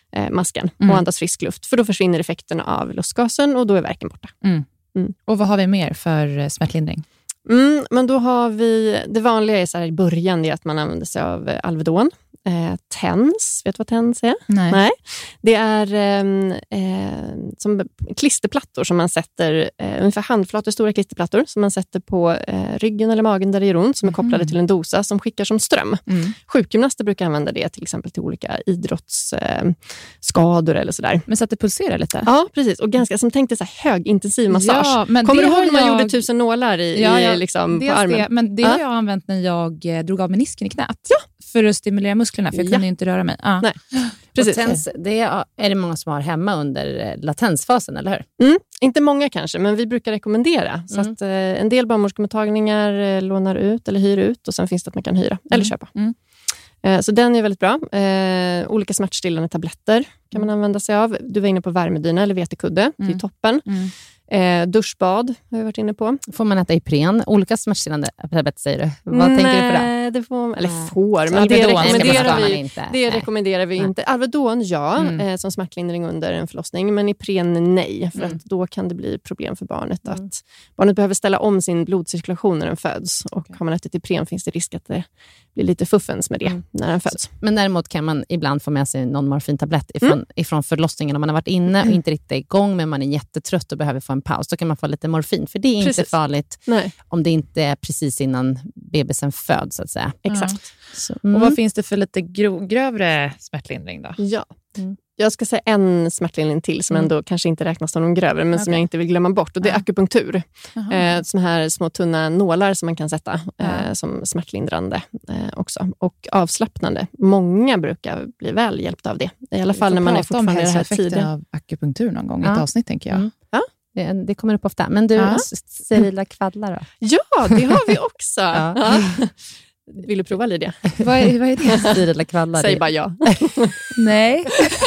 E: eh, masken
D: Mm.
E: och andas frisk luft. För då försvinner effekten av lustgasen och då är värken borta.
D: Mm.
E: Mm.
D: Och vad har vi mer för smärtlindring?
E: Mm, men då har vi, det vanliga är så här i början är att man använder sig av Alvedon. Eh, TENS, vet du vad TENS är?
D: Nej.
E: Nej. Det är eh, eh, som klisterplattor som man sätter, eh, ungefär handflator stora klisterplattor som man sätter på eh, ryggen eller magen där det gör ont, som är kopplade
D: Mm.
E: till en dosa som skickar som ström.
D: Mm.
E: Sjukgymnaster brukar använda det till exempel till olika idrottsskador eh, eller sådär.
D: Men så att det pulserar lite?
E: Ja, precis. Och ganska, som tänkte så här, högintensiv massage.
D: Ja, men
E: Kommer
D: det
E: du ihåg när man
D: jag...
E: gjorde tusen nålar i,
D: ja, ja,
E: i, liksom, på
D: dels
E: armen?
D: Det, men det
E: ja.
D: har jag använt när jag eh, drog av menisken i knät.
E: Ja.
D: För att stimulera musklerna, för jag
E: Ja.
D: kunde ju inte röra mig. Ja.
E: Nej.
B: Precis.
E: Precis.
B: Tens, det är, är det många som har hemma under latensfasen, eller hur?
E: Mm, inte många kanske, men vi brukar rekommendera. Så
B: Mm.
E: att, eh, en del barnmorskemottagningar eh, lånar ut eller hyr ut och sen finns det att man kan hyra eller köpa.
D: Mm.
E: Eh, så den är väldigt bra. Eh, olika smärtstillande tabletter kan man använda sig av. Du var inne på värmedyna eller vetekudde. Det är
D: Mm.
E: toppen.
D: Mm.
E: Eh, duschbad har vi varit inne på.
B: Får man äta Ipren? Olika smärtstillande tabletter, säger du. Vad tänker du på det?
E: Nej, det får, eller
B: Nej.
E: får,
D: Så
E: men det
D: Alvedon ska man-
E: rekommenderar
B: ska man
E: vi.
B: inte.
E: Det
B: Nej.
E: rekommenderar vi
B: Nej.
E: inte. Alvedon, ja,
D: Mm.
E: eh, som smärtlindring under en förlossning. Men Ipren, nej. För
B: Mm.
E: att då kan det bli problem för barnet.
B: Mm.
E: Att barnet behöver ställa om sin blodcirkulation när den föds. Och
D: Okej.
E: har man ätit Ipren finns det risk att det blir lite fuffens med det
B: Mm.
E: när den föds.
B: Men däremot kan man ibland få med sig någon morfintablett ifrån,
E: Mm.
B: ifrån förlossningen. Om man har varit inne och inte riktigt igång, men man är jättetrött och behöver få en paus. Då kan man få lite morfin. För det är inte
E: Precis.
B: farligt
E: Nej,
B: om det inte är precis innan bebisen föds, så att säga.
E: exakt.
B: Så,
D: Och
B: mm.
D: vad finns det för lite gro- grövre smärtlindring då?
E: Ja.
B: Mm.
E: Jag ska säga en smärtlindring till som
B: Mm.
E: ändå kanske inte räknas som någon grövre, men som
D: Okej.
E: jag inte vill glömma bort. Och det är
D: Ja.
E: akupunktur.
D: Jaha.
E: Eh, såna här små tunna nålar som man kan sätta
D: Ja.
E: eh, som smärtlindrande eh, också. Och avslappnande. Många brukar bli väl hjälpta av det. I alla fall när man är fortfarande i det här tiden.
D: av akupunktur någon gång i
B: Ja.
D: ett avsnitt, tänker jag.
B: Mm. det, det kommer upp ofta. Men du,
D: Ja.
B: s- sterila kvaddlar då?
E: Ja, det har vi också.
B: Ja.
E: Ja. Vill du prova, Lydia?
D: vad, är, vad är det?
B: Sterila kvaddlar.
E: Säg
B: det-
E: bara ja.
D: Nej.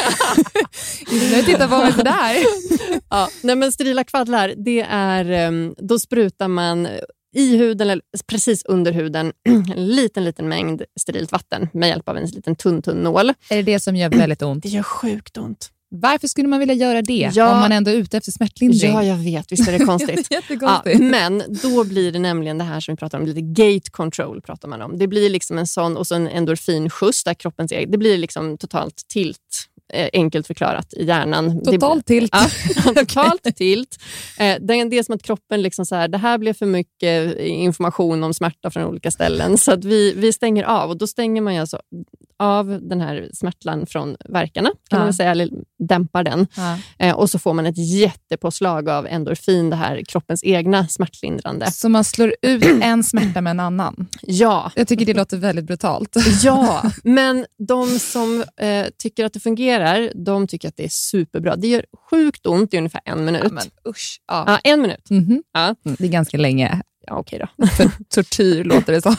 D: Nu tittar på mig sådär.
E: Ja, nej, men sterila kvaddlar, det är, ehm, då sprutar man i huden, eller precis under huden, en liten, liten mängd sterilt vatten med hjälp av en liten tunn, tunn nål.
D: Är det det som gör väldigt ont?
E: Det gör sjukt ont.
D: Varför skulle man vilja göra det
E: Ja.
D: om man ändå är ute efter smärtlindring?
E: Ja, jag vet. Visst är det konstigt. Ja,
D: Jättekonstigt.
E: men då blir det nämligen det här som vi pratar om, lite gate control pratar man om. Det blir liksom en sån, och så en endorfinskjuts där kroppens egen, det blir liksom totalt tilt, eh, enkelt förklarat, i hjärnan.
D: Totalt
E: det,
D: tilt.
E: Ja, totalt tilt. Eh, det, är- det är som att kroppen liksom så här, det här blev för mycket information om smärta från olika ställen, så att vi, vi stänger av, och då stänger man ju alltså av den här smärtlan från verkarna, kan
D: Ja.
E: man väl säga, eller dämpar den.
D: Ja.
E: Eh, och så får man ett jättepåslag av endorfin, det här kroppens egna smärtlindrande.
D: Så man slår ut en smärta med en annan.
E: Ja,
D: Jag tycker det låter väldigt brutalt.
E: ja. Men de som eh, tycker att det fungerar, de tycker att det är superbra. Det gör sjukt ont i ungefär en minut.
D: Ja, men usch. Ja.
E: Ja, en minut.
D: Mhm.
E: Ja.
D: Det är ganska länge.
E: Ja, okej då.
D: För tortyr låter det som.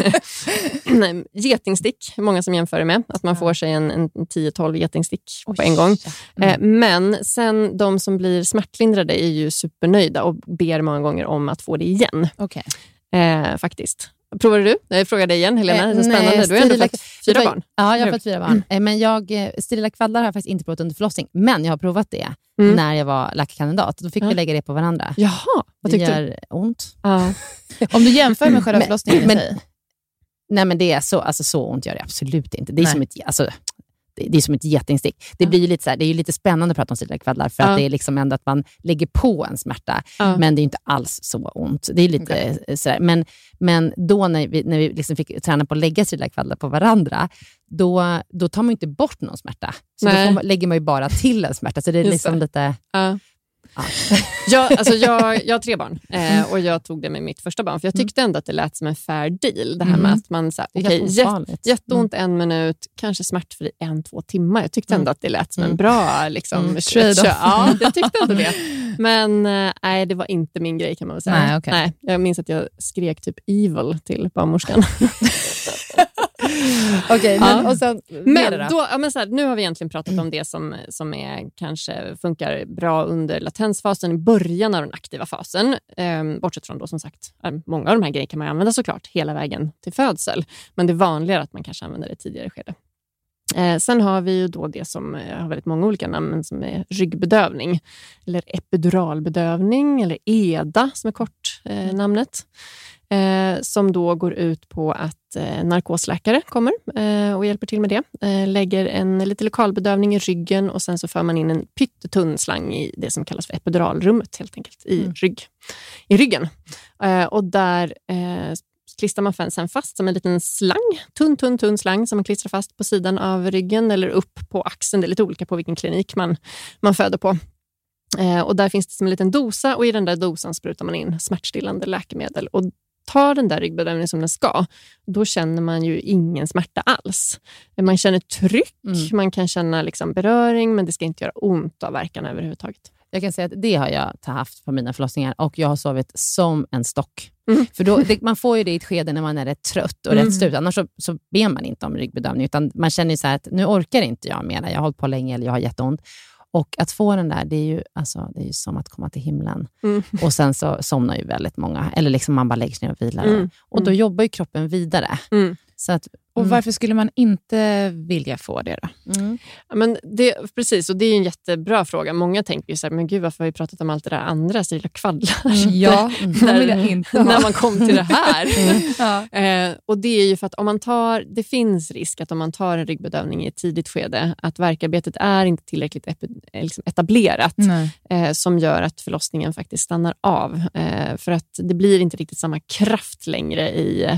E: Nej, getingstick, många som jämför det med. Att man får sig en, en tio tolv getingstick på en gång. Eh, men sen de som blir smärtlindrade är ju supernöjda och ber många gånger om att få det igen.
D: Okej.
E: Eh, faktiskt. Provade du? Jag frågar dig igen, Helena. Det är så
B: nej,
E: spännande. Du har ändå
B: sterila-
E: fått fyra
B: Vet du vad-
E: barn.
B: Ja, jag har
E: Nu.
B: fått fyra barn. Eh, Men jag, eh, sterila kvaddlar har jag faktiskt inte provat under förlossning. Men jag har provat det
E: Mm.
B: när jag var läkarkandidat. Då fick
E: Ja.
B: vi lägga det på varandra.
E: Jaha, vad
B: Det
E: tyckte du?
B: gör ont.
E: Ja.
D: Om du jämför med själva
B: Men-
D: förlossningen i
B: men-
D: sig.
B: Nej, men det är så, alltså, så ont gör det absolut inte. Det är
D: Nej.
B: som ett, alltså, det, det är som ett getingstick. Det, blir ju lite så här, det är ju lite spännande att prata om sterila kvaddlar, för
E: Ja.
B: att det är liksom ändå att man lägger på en smärta.
E: Ja.
B: Men det är inte alls så ont. Det är lite okay. sådär. Men, men då när vi, när vi liksom fick träna på att lägga sterila kvaddlar på varandra, då, då tar man ju inte bort någon smärta. Så då
E: Nej.
B: får man, lägger man ju bara till en smärta. Så det är
E: Just
B: liksom
E: det.
B: lite...
E: Ja.
B: Ja.
E: Jag, alltså jag, jag har tre barn eh, och jag tog det med mitt första barn, för jag tyckte ändå att det lät som en fair deal. Det här
B: Mm.
E: med att man så här,
B: Det är
E: okej,
B: helt
E: jät,
B: ofarligt.
E: jätteont en minut, kanske smärtfri en, två timmar. Jag tyckte
B: Mm.
E: ändå att det lät som en
B: Mm.
E: bra liksom,
B: Mm.
E: kö-
D: Trade-off.
E: kö- Ja, jag tyckte ändå det. Men eh, nej, det var inte min grej, kan man väl säga.
D: Nej, okej.
E: nej, jag minns att jag skrek typ evil till barnmorskan.
D: Okej,
E: Ja.
D: men och sen...
E: Men, då, ja, men så här, nu har vi egentligen pratat om det som, som är, kanske funkar bra under latensfasen, i början av den aktiva fasen. Ehm, bortsett från då, som sagt, eh, många av de här grejerna kan man använda såklart hela vägen till födsel. Men det är vanligare att man kanske använder det tidigare skede. Eh, sen har vi ju då det som eh, har väldigt många olika namn, men som är ryggbedövning. Eller epiduralbedövning, eller E D A som är kort eh, namnet. Eh, som då går ut på att eh, narkosläkare kommer eh, och hjälper till med det. Eh, lägger en lite lokalbedövning i ryggen och sen så för man in en pyttetunn slang i det som kallas för epiduralrummet helt enkelt, i, mm. rygg, i ryggen. Eh, och där eh, klistrar man sen fast som en liten slang, tunn, tunn, tunn slang som man klistrar fast på sidan av ryggen eller upp på axeln. Det är lite olika på vilken klinik man, man föder på. Eh, och där finns det som en liten dosa och i den där dosan sprutar man in smärtstillande läkemedel. Och tar den där ryggbedövningen som den ska, då känner man ju ingen smärta alls. Man känner tryck, mm. man kan känna liksom beröring, men det ska inte göra ont av verkan överhuvudtaget.
B: Jag kan säga att det har jag haft på mina förlossningar och jag har sovit som en stock. Mm. För då, det, man får ju det i ett skede när man är rätt trött och mm. rätt slut. Annars så, så ber man inte om ryggbedövning, utan man känner ju så här att nu orkar inte jag mer. Jag har hållit på länge eller jag har jätteont. Och att få den där, det är ju, alltså, det är ju som att komma till himlen. Mm. Och sen så somnar ju väldigt många. Eller liksom man bara lägger sig ner och vilar. Mm. Och då jobbar ju kroppen vidare. Mm. Så att,
D: och mm. varför skulle man inte vilja få det då?
E: Mm. Ja, men det, precis, och det är en jättebra fråga. Många tänker ju så här, men gud varför har vi pratat om allt det där andra, så lilla kvaddlar.
D: Mm. Ja,
E: när, vill jag inte när man kom till det här. Mm. Ja. Eh, och det är ju för att om man tar, det finns risk att om man tar en ryggbedövning i ett tidigt skede, att värkarbetet är inte tillräckligt epi, liksom etablerat eh, som gör att förlossningen faktiskt stannar av. Eh, för att det blir inte riktigt samma kraft längre i,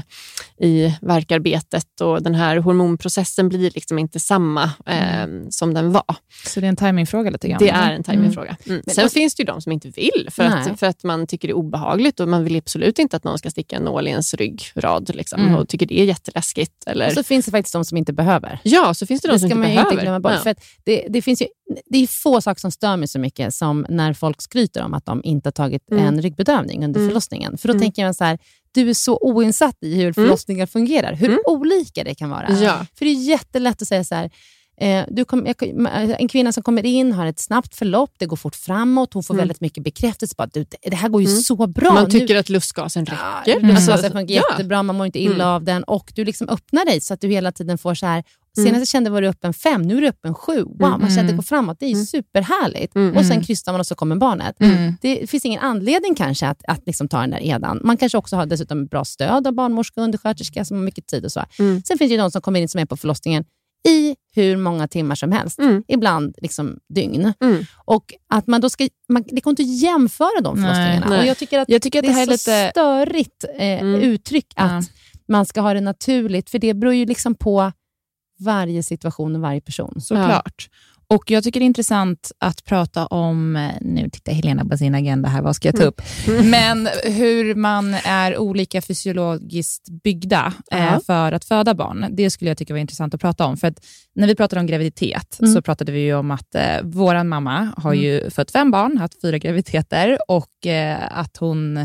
E: i värkarbetet. Och den här hormonprocessen blir liksom inte samma eh, mm. som den var.
D: Så det är en timingfråga lite grann?
E: Det är en timingfråga. Mm. Sen och, finns det ju de som inte vill. För att, för att man tycker det är obehagligt. Och man vill absolut inte att någon ska sticka en nål i ens ryggrad. Liksom, mm. Och tycker det är jätteläskigt. Eller...
B: Och så finns det faktiskt de som inte behöver.
E: Ja, så finns det de
B: det
E: som inte behöver.
B: Det ska man inte glömma bort. Ja. För att det, det finns ju det är få saker som stör mig så mycket som när folk skryter om att de inte har tagit mm. en ryggbedövning under mm. förlossningen. För då mm. tänker jag så här, du är så oinsatt i hur förlossningar mm. fungerar. Hur mm. olika det kan vara.
E: Ja.
B: För det är jättelätt att säga så här, eh, du kom, jag, en kvinna som kommer in har ett snabbt förlopp, det går fort framåt, hon får mm. väldigt mycket bekräftelse på att du, det här går ju mm. så bra.
E: Man tycker
B: nu,
E: att lustgasen räcker.
B: Ja, lustgasen alltså, fungerar ja. jättebra, man mår inte illa mm. av den och du liksom öppnar dig så att du hela tiden får så här. Senast jag kände var du upp en fem, nu är du upp en sju. Wow, mm. man kände att det går framåt. Det är mm. superhärligt. Mm. Och sen krystar man och så kommer barnet. Mm. Det finns ingen anledning kanske att, att liksom ta den där edan. Man kanske också har dessutom bra stöd av barnmorska och undersköterska som har mycket tid och så. Mm. Sen finns det ju de som kommer in som är på förlossningen i hur många timmar som helst. Mm. Ibland liksom dygn. Mm. Och att man då ska, man, det går inte att jämföra de förlossningarna. Nej, nej. Och jag tycker att, jag tycker att det, det är, är så lite störigt eh, mm. uttryck att mm. man ska ha det naturligt. För det beror ju liksom på varje situation och varje person.
D: Såklart. Ja. Och jag tycker det är intressant att prata om, nu tittar Helena på sin agenda här, vad ska jag ta upp? Mm. Men hur man är olika fysiologiskt byggda uh-huh. eh, för att föda barn. Det skulle jag tycka var intressant att prata om. För att när vi pratade om graviditet mm. så pratade vi ju om att eh, våran mamma har mm. ju fött fem barn, haft fyra graviditeter och eh, att hon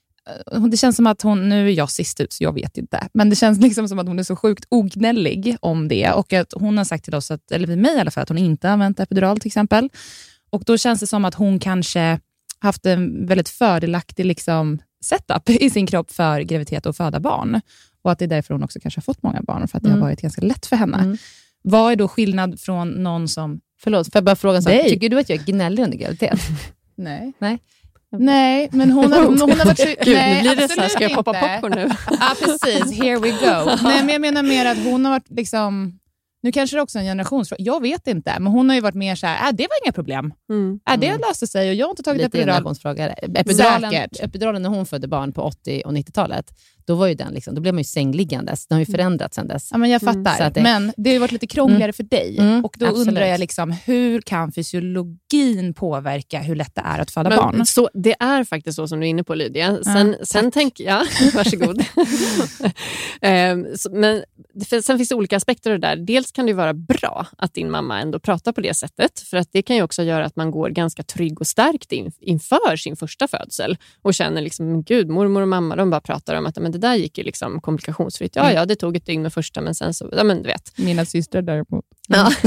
D: det känns som att hon, nu är jag sist ut så jag vet inte, men det känns liksom som att hon är så sjukt ognällig om det och att hon har sagt till oss, att, eller vid mig i alla fall, att hon inte har använt epidural till exempel. Och då känns det som att hon kanske haft en väldigt fördelaktig liksom, setup i sin kropp för graviditet och föda barn. Och att det är därför hon också kanske har fått många barn, för att det mm. har varit ganska lätt för henne. Mm. Vad är då skillnad från någon som...
B: Förlåt, får jag bara fråga så här, tycker du att jag är gnällig under graviditet?
D: Nej.
B: Nej.
D: Nej, men hon har, hon har varit...
E: Gud,
D: nej,
E: nu blir det så här, ska jag poppa popcorn nu?
D: Ja, precis. Here we go. Nej, men jag menar mer att hon har varit liksom... Nu kanske det också är en generationsfråga. Jag vet inte, men hon har ju varit mer så här, äh, det var inga problem. Mm. Äh, det löste sig och jag har inte tagit
B: lite
D: epidural.
B: Generationsfråga. Epiduralen, epiduralen när hon födde barn på åttio- och nittiotalet, då var ju den liksom, då blev man ju sängliggandes. Den har ju förändrats sedan dess.
D: Ja, men jag fattar. Mm. Så att det... Men det har ju varit lite krångligare mm. för dig. Mm. Och då Absolut. undrar jag liksom, hur kan fysiologin påverka hur lätt det är att föda
E: men,
D: barn?
E: Så, det är faktiskt så som du är inne på, Lydia. Sen, ja, sen tänker jag, varsågod. um, så, men sen finns det olika aspekter av det där. Dels kan det ju vara bra att din mamma ändå pratar på det sättet. För att det kan ju också göra att man går ganska trygg och stärkt in, inför sin första födsel. Och känner liksom, gud, mormor och mamma, de bara pratar om att men det där gick ju liksom komplikationsfritt. Ja, ja, det tog ett dygn med första, men sen så, ja men du vet.
D: Mina systrar däremot.
E: Ja.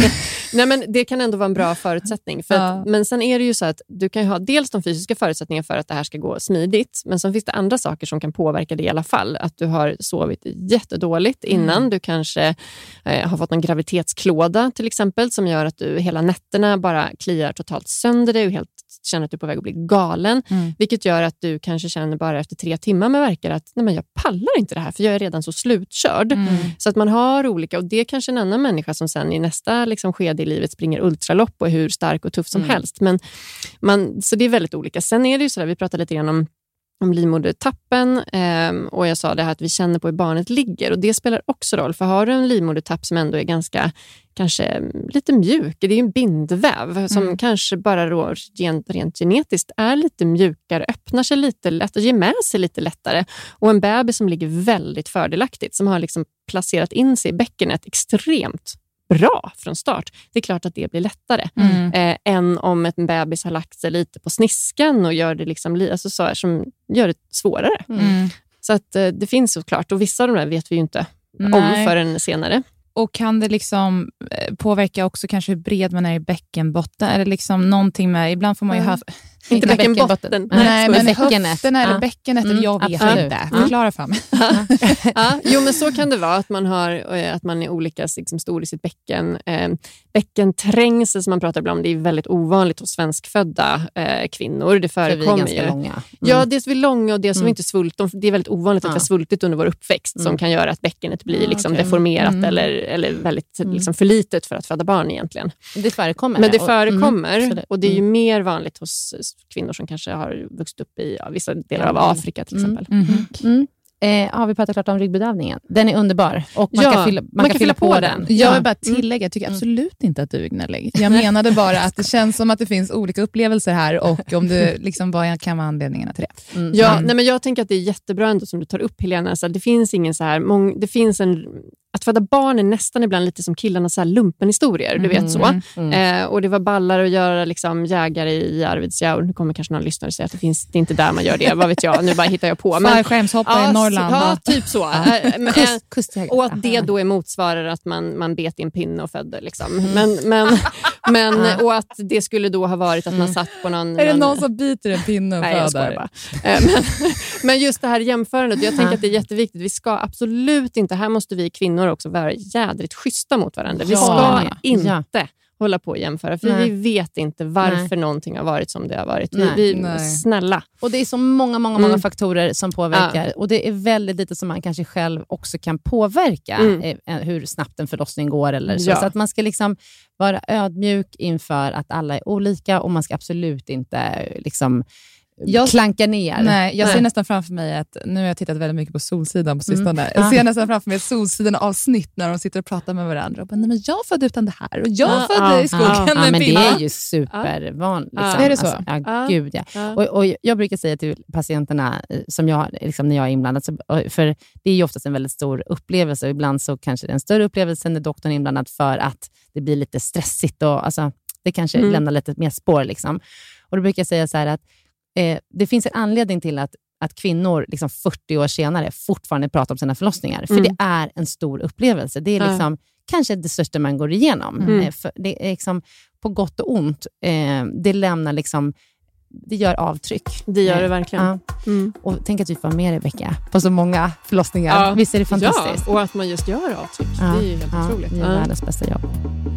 E: Nej, men det kan ändå vara en bra förutsättning. För
D: Ja.
E: att, men sen är det ju så att du kan ju ha dels de fysiska förutsättningarna för att det här ska gå smidigt. Men sen finns det andra saker som kan påverka det i alla fall. Att du har sovit jättedåligt innan. Mm. Du kanske eh, har fått en graviditetsklåda till exempel. Som gör att du hela nätterna bara kliar totalt sönder dig och helt känner att du är på väg att bli galen. Mm. Vilket gör att du kanske känner bara efter tre timmar med verkar att nej, men jag pallar inte det här för jag är redan så slutkörd. Mm. Så att man har olika, och det är kanske en annan människa som sen i nästa liksom, skede i livet springer ultralopp och är hur stark och tuff som mm. helst. Men man, så det är väldigt olika. Sen är det ju sådär, vi pratade lite grann om om livmodertappen eh, och jag sa det här att vi känner på hur barnet ligger och det spelar också roll, för har du en livmodertapp som ändå är ganska kanske lite mjuk, det är ju en bindväv som mm. kanske bara då, rent, rent genetiskt är lite mjukare, öppnar sig lite lätt och ger med sig lite lättare, och en bebis som ligger väldigt fördelaktigt, som har liksom placerat in sig i bäckenet extremt bra från start, det är klart att det blir lättare mm. eh, än om en bebis har lagt sig lite på sniskan och gör det liksom alltså så här, som gör det svårare. Mm. Så att eh, det finns såklart, och vissa av de där vet vi ju inte Nej. om förrän senare.
A: Och kan det liksom påverka också kanske hur bred man är i bäckenbotten? Är det liksom någonting med, ibland får man ju
E: mm.
A: ha...
E: Inte bäckenbotten.
A: Nej, Nej men
B: bäckenet.
A: höften eller ja. bäckenet, mm, jag vet absolut. inte. Förklara för mig.
E: Ja. ja, jo, men så kan det vara att man, har, att man är olika liksom, stor i sitt bäcken. Eh, bäckenträngsel som man pratar ibland om, det är väldigt ovanligt hos svenskfödda eh, kvinnor. Det förekommer
B: vi är
E: ju.
B: Långa. Mm.
E: Ja, dels vi är långa och dels mm. vi inte svult. Det är väldigt ovanligt att ja. vi har svultit under vår uppväxt mm. som kan göra att bäckenet blir ja, liksom, okay. deformerat mm. eller, eller väldigt mm. liksom, för litet för att föda barn egentligen.
B: Det förekommer.
E: Men det förekommer.
B: Mm.
E: Och det är ju mer vanligt hos kvinnor som kanske har vuxit upp i ja, vissa delar ja. av Afrika till exempel.
B: Mm. Mm. Mm. Eh, har vi pratat klart om ryggbedövningen? Den är underbar. Och man,
E: ja,
B: kan, fylla, man,
E: man
B: kan,
E: kan
B: fylla,
E: fylla på, på
B: den.
A: den. Jag vill bara tillägga, jag tycker absolut inte att du är gnällig. Jag menade bara att det känns som att det finns olika upplevelser här och om du liksom, vad kan vara anledningarna till det.
E: Mm. Ja, nej, men jag tänker att det är jättebra ändå som du tar upp, Helena. Så det finns ingen så här, mång, det finns en... Att föda barn är nästan ibland lite som killarnas så här lumpenhistorier, du vet så. Mm. Eh, och det var ballar att göra liksom, jägare i Arvidsjaur. Nu kommer kanske någon lyssnare säga att det, finns, det är inte där man gör det. Vad vet jag, nu bara hittar jag på.
A: Men skämshoppa
E: ja,
A: i Norrland.
E: Ja, typ så.
A: Ja.
E: Men,
A: Kust, kustjägare.
E: Och att det då är motsvarar att man, man bet i en pinne och födde. Liksom. Men, men, men, och att det skulle då ha varit att man satt på någon...
A: Är det
E: någon,
A: någon som biter en pinne och
E: nej,
A: föder?
E: Jag bara. men, men just det här jämförandet, jag tänker att det är jätteviktigt. Vi ska absolut inte, här måste vi kvinnor också vara jädrigt schyssta mot varandra. Vi ska ja, inte ja. hålla på och jämföra, för Nej. vi vet inte varför Nej. någonting har varit som det har varit. Vi, vi,
A: Nej.
E: Snälla.
B: Och det är så många, många, många mm. faktorer som påverkar. Ja. Och det är väldigt lite som man kanske själv också kan påverka mm. eh, hur snabbt en förlossning går eller så. Ja. Så att man ska liksom vara ödmjuk inför att alla är olika och man ska absolut inte liksom jag klankar ner.
A: Nej, jag nej. ser nästan framför mig att, nu har jag tittat väldigt mycket på Solsidan på sistone. Mm. Jag ser nästan framför mig ett Solsidan-avsnitt när de sitter och pratar med varandra. Och bara, nej men jag födde utan det här och jag
B: ja,
A: födde
B: ja,
A: i skogen.
B: Ja, ja men det är ju supervanligt.
A: Ja.
B: Liksom.
A: Är det så?
B: Alltså, ja, gud ja. ja. Och, och jag brukar säga till patienterna som jag, liksom när jag är inblandad, så, för det är ju oftast en väldigt stor upplevelse och ibland så kanske det är en större upplevelse när doktorn är inblandad för att det blir lite stressigt och alltså, det kanske mm. lämnar lite mer spår. Liksom. Och då brukar jag säga så här att Eh, det finns en anledning till att, att kvinnor liksom fyrtio år senare fortfarande pratar om sina förlossningar. För mm. det är en stor upplevelse. Det är liksom mm. kanske det största man går igenom. Mm. Eh, för det är liksom på gott och ont. Eh, det lämnar liksom, det gör avtryck.
E: Det gör det verkligen.
B: Ja. Mm. Och tänk att vi får med Rebecka på så många förlossningar. Ja. Visst är det fantastiskt?
E: Ja, och att man just gör avtryck. Ja. Det är ju helt ja. otroligt.
B: Det är ja. världens bästa jobb.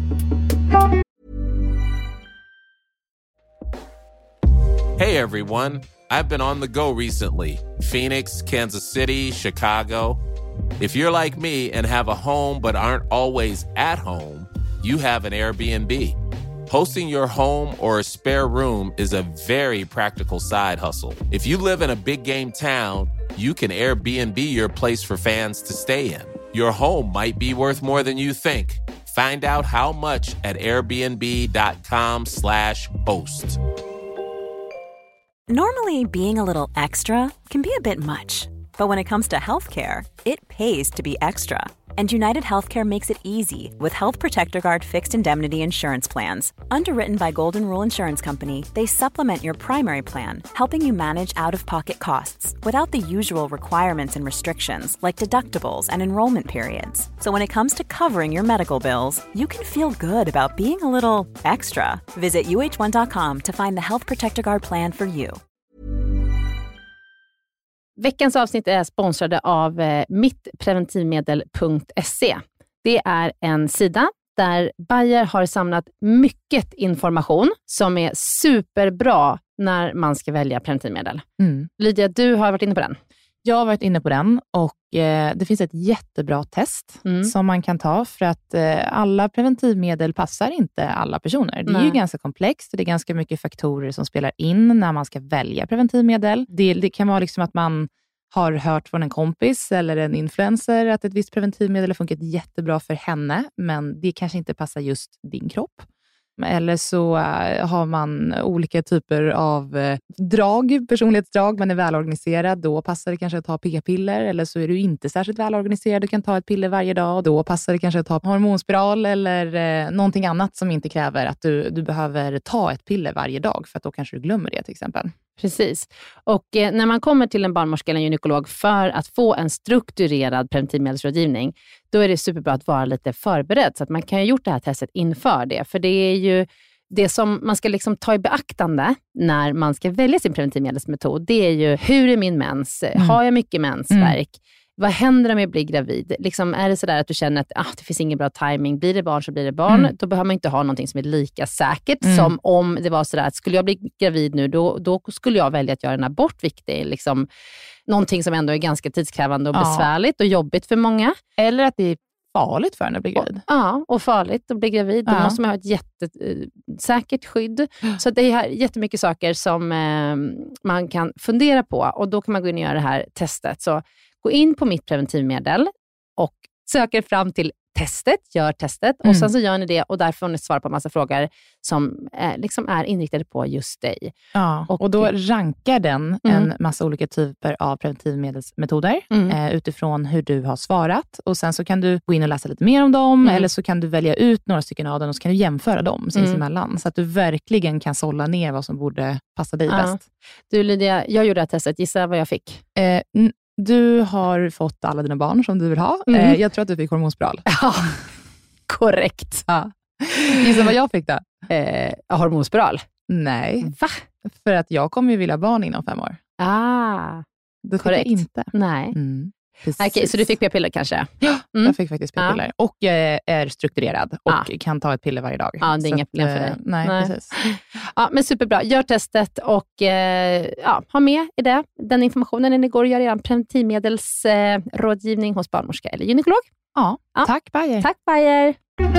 F: Hey everyone, I've been on the go recently. Phoenix, Kansas City, Chicago. If you're like me and have a home but aren't always at home, you have an Airbnb. Hosting your home or a spare room is a very practical side hustle. If you live in a big game town, you can Airbnb your place for fans to stay in. Your home might be worth more than you think. Find out how much at airbnb.com slash host.
C: Normally, being a little extra can be a bit much, but when it comes to healthcare, it pays to be extra. And United Healthcare makes it easy with Health Protector Guard fixed indemnity insurance plans. Underwritten by Golden Rule Insurance Company, they supplement your primary plan, helping you manage out-of-pocket costs without the usual requirements and restrictions like deductibles and enrollment periods. So when it comes to covering your medical bills, you can feel good about being a little extra. Visit U H one dot com to find the Health Protector Guard plan for you.
B: Veckans avsnitt är sponsrade av eh, mittpreventivmedel punkt se. Det är en sida där Bayer har samlat mycket information som är superbra när man ska välja preventivmedel. Mm. Lydia, du har varit inne på den.
A: Jag har varit inne på den och eh, det finns ett jättebra test mm. som man kan ta för att eh, alla preventivmedel passar inte alla personer. Det är Nej. ju ganska komplext och det är ganska mycket faktorer som spelar in när man ska välja preventivmedel. Det, det kan vara liksom att man har hört från en kompis eller en influencer att ett visst preventivmedel har funkat jättebra för henne, men det kanske inte passar just din kropp. Eller så har man olika typer av drag, personlighetsdrag. Man är välorganiserad, då passar det kanske att ta p-piller. Eller så är du inte särskilt välorganiserad, du kan ta ett piller varje dag. Då passar det kanske att ta hormonspiral eller eh, någonting annat som inte kräver att du, du behöver ta ett piller varje dag. För att då kanske du glömmer det till exempel.
B: Precis. Och eh, när man kommer till en barnmorska eller en gynekolog för att få en strukturerad preventivmedelsrådgivning, då är det superbra att vara lite förberedd så att man kan ha gjort det här testet inför det. För det är ju det som man ska liksom ta i beaktande när man ska välja sin preventivmedelsmetod. Det är ju, hur är min mens? Mm. Har jag mycket mensvärk? Mm. Vad händer om jag blir gravid? Liksom, är det sådär att du känner att ah, det finns ingen bra timing? Blir det barn så blir det barn. Mm. Då behöver man inte ha någonting som är lika säkert mm. som om det var sådär att skulle jag bli gravid nu, då, då skulle jag välja att göra en abort, vilket är liksom någonting som ändå är ganska tidskrävande och ja. besvärligt och jobbigt för många.
A: Eller att det är farligt för en att bli gravid.
B: Och, ja, och farligt att bli gravid. Då ja. måste man ha ett jättesäkert skydd. Så det är här jättemycket saker som eh, man kan fundera på. Och då kan man gå in och göra det här testet. Så gå in på mitt preventivmedel och söker fram till testet, gör testet och mm. sen så gör ni det och där får ni svara på en massa frågor som eh, liksom är inriktade på just dig.
A: Ja, och, och då rankar den mm. en massa olika typer av preventivmedelsmetoder mm. eh, utifrån hur du har svarat och sen så kan du gå in och läsa lite mer om dem mm. eller så kan du välja ut några stycken av dem och så kan du jämföra dem sinsemellan mm. så att du verkligen kan sålla ner vad som borde passa dig ja. bäst.
B: Du Lydia, jag gjorde det här testet, gissa vad jag fick?
A: Eh, n- Du har fått alla dina barn som du vill ha. Mm. Eh, jag tror att du fick hormonspiral.
B: Ja, korrekt.
A: Ja. Gissa vad jag fick då?
B: Eh, hormonspiral?
A: Nej.
B: Va?
A: För att jag kommer ju vilja barn inom fem år.
B: Ah,
A: du korrekt. Fick jag inte.
B: Nej.
A: Mm.
B: Okej, okay, så du fick p-piller kanske?
A: Ja, mm. jag fick faktiskt p-piller. Ja. Och jag är strukturerad och
B: ja.
A: kan ta ett piller varje dag.
B: Ja, det är inga problem för dig.
A: Nej, nej, precis.
B: Ja, men superbra. Gör testet och eh, ja, ha med i det. Den informationen när ni går och gör er preventivmedelsrådgivning eh, hos barnmorska eller gynekolog.
A: Ja, ja. Tack Bayer.
B: Tack Bayer.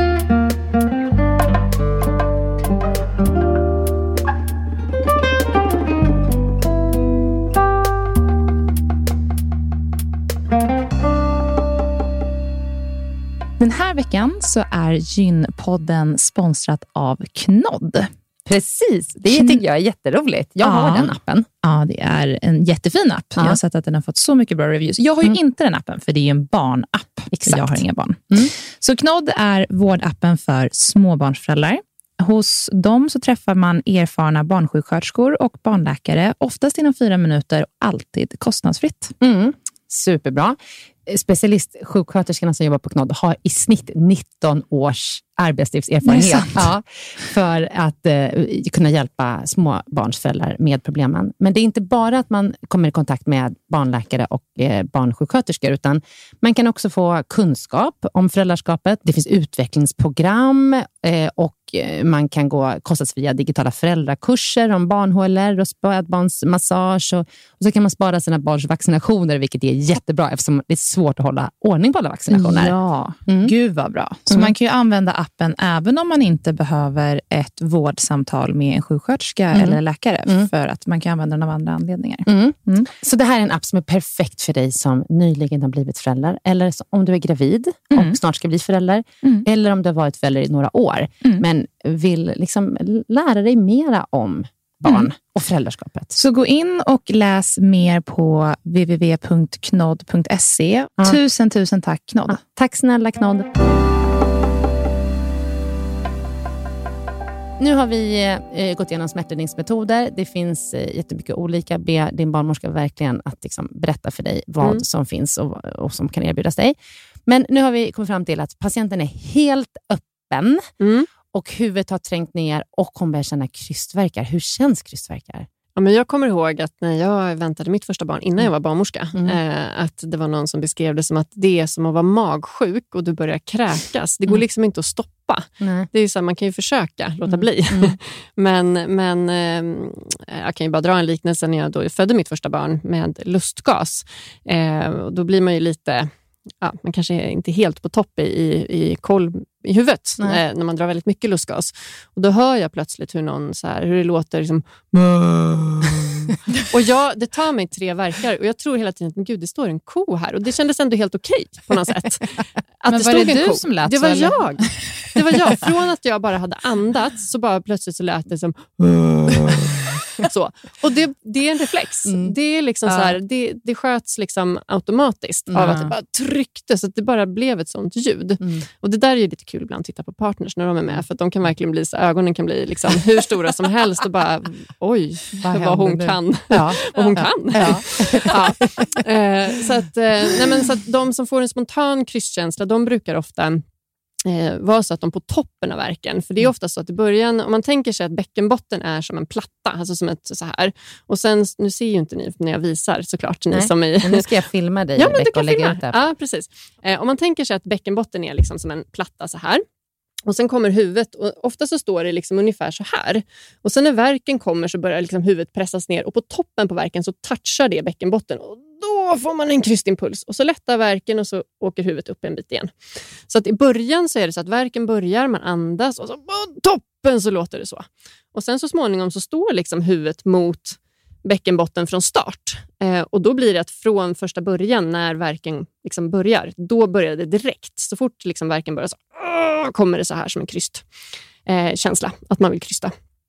A: Den här veckan så är Gynpodden sponsrat av Knodd.
B: Precis, det tycker jag är jätteroligt. Jag har
A: ja.
B: den appen.
A: Ja, det är en jättefin app. Ja. Jag har sett att den har fått så mycket bra reviews. Jag har ju mm. inte den appen för det är ju en barnapp.
B: Exakt.
A: Jag har inga barn.
B: Mm.
A: Så Knodd är vårdappen för småbarnsföräldrar. Hos dem så träffar man erfarna barnsjuksköterskor och barnläkare. Oftast inom fyra minuter och alltid kostnadsfritt.
B: Mm. Superbra. Specialistsjuksköterskorna som jobbar på Knodd har i snitt nitton års arbetslivserfarenhet ja, för att eh, kunna hjälpa småbarnsföräldrar med problemen. Men det är inte bara att man kommer i kontakt med barnläkare och eh, barnsjuksköterskor utan man kan också få kunskap om föräldraskapet. Det finns utvecklingsprogram eh, och man kan gå kostnadsfria digitala föräldrakurser om barn-H L R och spädbarnsmassage och, och så kan man spara sina barns vaccinationer vilket är jättebra eftersom det är svårt att hålla ordning på alla vaccinationer.
A: Ja, mm. Gud vad bra. Så mm. man kan ju använda appen även om man inte behöver ett vårdsamtal med en sjuksköterska mm. eller en läkare mm. för att man kan använda den av andra anledningar.
B: Mm. Mm. Så det här är en app som är perfekt för dig som nyligen har blivit förälder eller om du är gravid mm. och snart ska bli förälder mm. eller om du har varit förälder i några år. Mm. Men vill liksom lära dig mera om barn
A: Mm.
B: och föräldraskapet.
A: Så gå in och läs mer på w w w punkt knodd punkt se.
B: Ja.
A: Tusen, tusen tack Knodd.
B: Ja, tack snälla Knodd. Nu har vi eh, gått igenom smärtlindringsmetoder. Det finns eh, jättemycket olika. Be din barnmorska verkligen att liksom, berätta för dig vad
E: Mm.
B: som finns och, och som kan erbjudas dig. Men nu har vi kommit fram till att patienten är helt öppen
E: Mm.
B: och huvudet har trängt ner och hon börjar känna krystvärkar. Hur känns krystvärkar?
E: Ja, men jag kommer ihåg att när jag väntade mitt första barn, innan jag var barnmorska,
B: Mm.
E: eh, att det var någon som beskrev det som att det är som att vara magsjuk och du börjar kräkas. Det går
B: Mm.
E: liksom inte att stoppa.
B: Nej.
E: Det är ju så här, man kan ju försöka låta
B: Mm.
E: bli.
B: Mm.
E: men men eh, jag kan ju bara dra en liknelse när jag då födde mitt första barn med lustgas. Eh, och då blir man ju lite... Ja, man kanske är inte helt på topp i, i, i koll i huvudet eh, när man drar väldigt mycket lustgas. Och då hör jag plötsligt hur någon så här, hur det låter liksom, och jag, det tar mig tre verkar och jag tror hela tiden att men gud, det står en ko här och det kändes ändå helt okej på något sätt. Att
D: Men
E: det
D: var
E: stod
D: det
E: en
D: du
E: ko.
D: som lät
E: det
D: så,
E: var
D: eller?
E: jag. Det var jag. Från att jag bara hade andats så bara plötsligt så lät det som så. Och det, det är en reflex.
B: Mm.
E: Det är liksom
B: Ja.
E: så här, det, det sköts liksom automatiskt av
B: Mm.
E: att det bara tryckte så att det bara blev ett sånt ljud.
B: Mm.
E: Och det där är ju lite kul ibland att titta på partners när de är med, för att de kan verkligen bli så, ögonen kan bli liksom hur stora som helst och bara oj,
B: Vad
E: vad hon
B: händer nu?
E: kan.
B: Ja.
E: Vad hon
B: Ja.
E: kan.
B: Ja.
E: Ja. Eh, så, att, eh, nej men, så att de som får en spontan krysskänsla, de brukar ofta eh, vara så att de på toppen av verken, för det är ofta så att i början, om man tänker sig att bäckenbotten är som en platta, alltså som ett så här, och sen, nu ser ju inte ni när jag visar såklart, ni
B: Nej,
E: som är
B: Men nu ska jag filma dig
E: ja, men du
B: och
E: kan
B: lägga
E: filma.
B: ut det.
E: Ja, precis. Eh, om man tänker sig att bäckenbotten är liksom som en platta så här. Och sen kommer huvudet och ofta så står det liksom ungefär så här. Och sen när verken kommer så börjar liksom huvudet pressas ner och på toppen på verken så touchar det bäckenbotten och då får man en krystimpuls och så lättar verken och så åker huvudet upp en bit igen. Så att i början så är det så att verken börjar, man andas och så på toppen så låter det så. Och sen så småningom så står liksom huvudet mot bäckenbotten från start. Eh, och då blir det att från första början när verken liksom börjar, då börjar det direkt. Så fort liksom verken börjar så åh, kommer det så här som en kryst eh, känsla, att man vill krysta.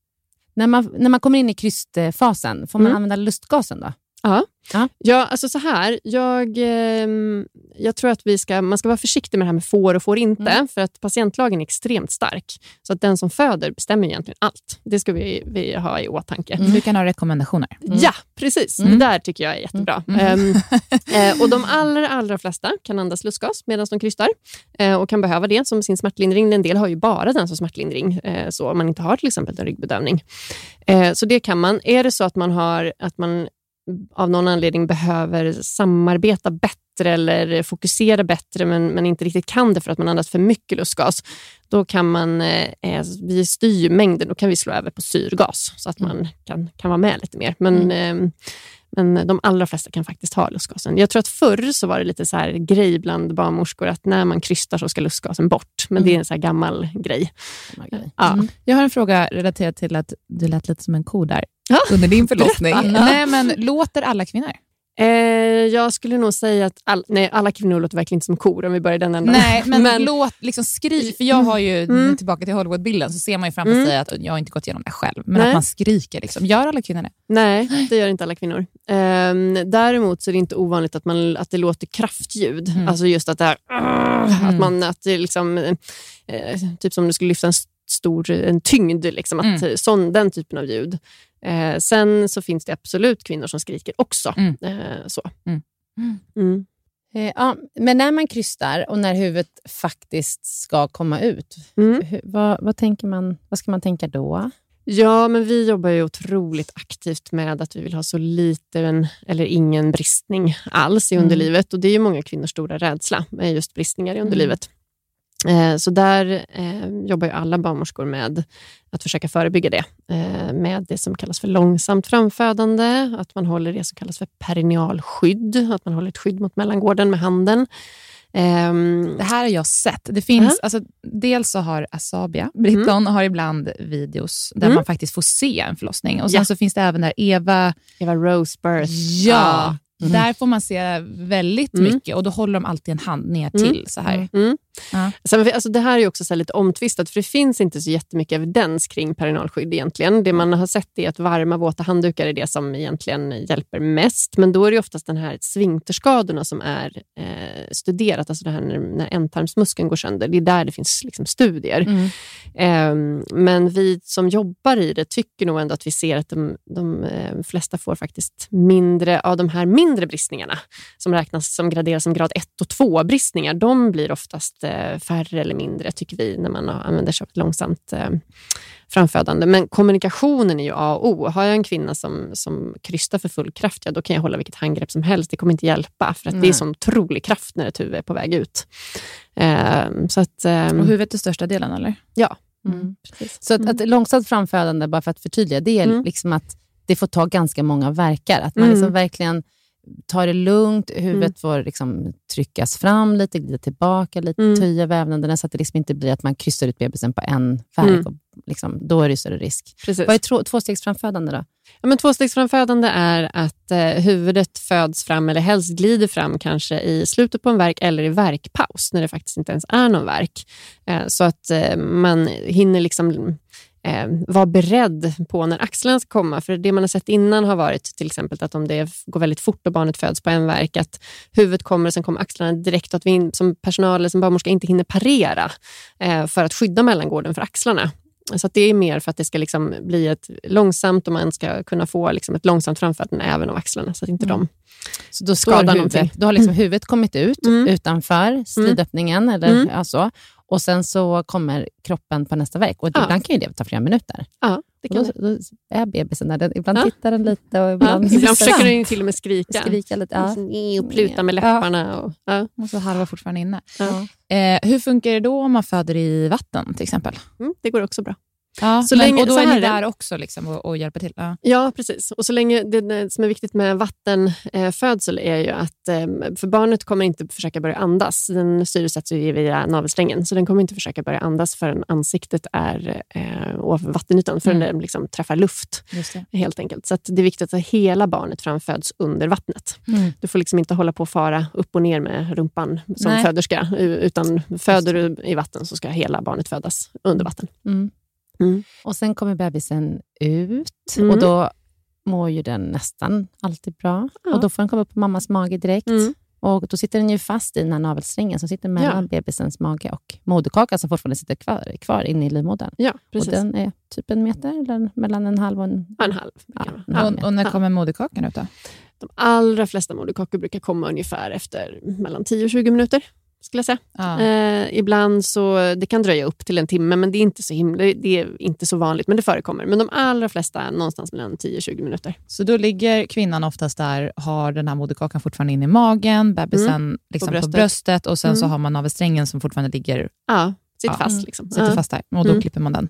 B: När man, när man kommer in i krystfasen, får man
E: Mm.
B: använda lustgasen då?
E: Ja.
B: Ja.
E: Ja, alltså så här. Jag, eh, jag tror att vi ska, man ska vara försiktig med det här med får och får inte.
B: Mm.
E: För att patientlagen är extremt stark. Så att den som föder bestämmer egentligen allt. Det ska vi, vi ha i åtanke.
D: Du kan ha rekommendationer.
B: Mm.
E: Ja, precis.
B: Mm.
E: Det där tycker jag är jättebra.
B: Mm.
E: Ehm, eh, och de allra, allra flesta kan andas lustgas medan de krystar. Eh, och kan behöva det som sin smärtlindring. En del har ju bara den som smärtlindring. Eh, så om man inte har till exempel en ryggbedövning. Eh, så det kan man. Är det så att man har att man av någon anledning behöver samarbeta bättre eller fokusera bättre men, men inte riktigt kan det för att man andas för mycket lustgas, då kan man, eh, vi styr mängden, då kan vi slå över på syrgas så att man kan, kan vara med lite mer. Men, mm. eh, men de allra flesta kan faktiskt ha lustgasen. Jag tror att förr så var det lite så här grej bland barnmorskor att när man krystar så ska lustgasen bort. Men mm. det är en så här gammal grej. Ja.
D: Mm. Jag har en fråga relaterat till att du lät lite som en ko där
E: Ja.
D: under din förlossning.
E: Ja.
D: Nej, men låter alla kvinnor?
E: Eh, jag skulle nog säga att all, nej, alla kvinnor låter verkligen inte som kor om vi börjar den ändan.
D: Nej, men,
E: men
D: låt liksom skrik. För jag har ju,
E: Mm.
D: tillbaka till Hollywood-bilden, så ser man ju framför
E: Mm.
D: sig att jag har inte gått igenom det själv. Men
E: Nej.
D: att man skriker. Liksom. Gör alla kvinnor det?
E: Nej, det gör inte alla kvinnor. Ehm, däremot så är det inte ovanligt att, man, att det låter kraftljud.
D: Mm.
E: Alltså just att det här,
D: Mm.
E: att man, att det liksom, eh, typ som du skulle lyfta en stor en tyngd, liksom, att,
D: Mm.
E: sån, den typen av ljud. Eh, sen så finns det absolut kvinnor som skriker också.
D: Mm.
E: Eh, så.
D: Mm.
E: Mm.
B: Eh, ja, men när man krystar och när huvudet faktiskt ska komma ut,
E: Mm.
B: hur, vad, vad, tänker man, vad ska man tänka då?
E: Ja, men vi jobbar ju otroligt aktivt med att vi vill ha så liten eller ingen bristning alls i
B: Mm.
E: underlivet. Och det är ju många kvinnors stora rädsla med just bristningar i underlivet. Eh, så där eh, jobbar ju alla barnmorskor med att försöka förebygga det. Eh, med det som kallas för långsamt framfödande. Att man håller det som kallas för perinealskydd. Att man håller ett skydd mot mellangården med handen. Um,
D: Det här har jag sett. Det finns,
E: Uh-huh.
D: alltså, dels så har Asabia, Britton, har ibland videos där
E: Mm.
D: man faktiskt får se en förlossning. Och sen
E: Ja.
D: så finns det även där Eva...
E: Eva Rose Birth.
D: Ja,
E: Mm.
D: där får man se väldigt
E: Mm.
D: mycket. Och då håller de alltid en hand ner till
E: Mm.
D: så här.
E: Mm. Ja. Sen, alltså, det här är ju också så här lite omtvistat, för det finns inte så jättemycket evidens kring perinealskydd egentligen. Det man har sett är att varma våta handdukar är det som egentligen hjälper mest. Men då är det oftast den här sfinkterskadorna som är eh, studerat, alltså det här när, när ändtarmsmuskeln går sönder. Det är där det finns liksom studier. Mm. Eh, men vi som jobbar i det tycker nog ändå att vi ser att de, de eh, flesta får faktiskt mindre av de här mindre bristningarna som räknas som graderas som grad ett och två bristningar. De blir oftast eh, färre eller mindre, tycker vi, när man använder sig av ett långsamt eh, framfödande. Men kommunikationen är ju A och O. Har jag en kvinna som, som krystar för full kraft, ja, då kan jag hålla vilket handgrepp som helst. Det kommer inte hjälpa, för att det är sån otrolig kraft när ett huvud är på väg ut. Eh, så att, eh,
D: och huvudet är största delen, eller?
E: Ja.
B: Mm. Så att, att långsamt framfödande, bara för att förtydliga, det är mm. liksom att det får ta ganska många verkar. Att man mm. liksom verkligen tar det lugnt, huvudet mm. får liksom tryckas fram lite, glida tillbaka lite, mm. töja vävnaderna så att det liksom inte blir att man kryssar ut bebisen på en verk. Mm. Och liksom, då är det större risk.
E: Precis.
B: Vad är två, tvåstegsframfödande då?
E: Ja, men tvåstegsframfödande är att eh, huvudet föds fram eller helst glider fram kanske i slutet på en verk eller i verkpaus när det faktiskt inte ens är någon verk. Eh, så att eh, man hinner liksom Eh, var beredd på när axlarna ska komma. För det man har sett innan har varit till exempel att om det går väldigt fort och barnet föds på en verk, att huvudet kommer och sen kommer axlarna direkt, att vi in, som personal eller som barnmorska inte hinner parera eh, för att skydda mellangården för axlarna. Så att det är mer för att det ska liksom bli ett långsamt och man ska kunna få liksom ett långsamt framfödande även av axlarna så att inte mm. de
B: så då skadar någonting. Då har liksom huvudet kommit ut mm. utanför slidöppningen eller mm. ja, så. Och sen så kommer kroppen på nästa verk. Och ja. Ibland kan ju det ta flera minuter.
E: Ja, det kan
B: då, då är bebisen där. Ibland ja. tittar den lite. Och ibland,
E: ja. ibland försöker den till och med skrika.
B: Skrika lite. Ja.
E: Och pluta med läpparna. Och, ja.
D: och så halva fortfarande inne. Ja. Eh, hur funkar det då om man föder i vatten till exempel?
E: Mm, det går också bra.
D: Ja, så men, länge, och då är ni där också liksom, och, och hjälper till. Ja.
E: ja, precis. Och så länge det, det som är viktigt med vattenfödsel är ju att eh, för barnet kommer inte försöka börja andas. Den syresätts ju via navelsträngen, så den kommer inte försöka börja andas förrän ansiktet är eh, ovanför vattenytan, förrän mm. det liksom träffar luft. Just det. Helt enkelt. Så att det är viktigt att hela barnet framföds under vattnet. Mm. Du får liksom inte hålla på att fara upp och ner med rumpan som Nej. föderska, utan föder du i vatten så ska hela barnet födas under vatten.
B: Mm. Mm. Och sen kommer bebisen ut mm. och då mår ju den nästan alltid bra. Ja. Och då får den komma upp på mammas mage direkt. Mm. Och då sitter den ju fast i den här navelsträngen som sitter mellan ja. bebisens mage och moderkakan som fortfarande sitter kvar, kvar inne i livmodern.
E: Ja, precis.
B: Och den är typ en meter eller mellan en halv och en,
E: en halv.
B: Ja,
E: en halv
D: och, och när kommer moderkakan ut då?
E: De allra flesta moderkakor brukar komma ungefär efter mellan tio och tjugo minuter. Skulle jag säga. Ja. Eh, ibland så det kan dröja upp till en timme, men det är inte så himla, det är inte så vanligt, men det förekommer. Men de allra flesta någonstans mellan tio och tjugo minuter.
D: Så då ligger kvinnan oftast där, har den här moderkakan fortfarande in i magen, bebisen mm. liksom på, bröstet. på bröstet och sen mm. så har man navelsträngen som fortfarande ligger
E: ja, sitter ja. fast liksom.
D: Sitter
E: ja.
D: fast där och då mm. klipper man den.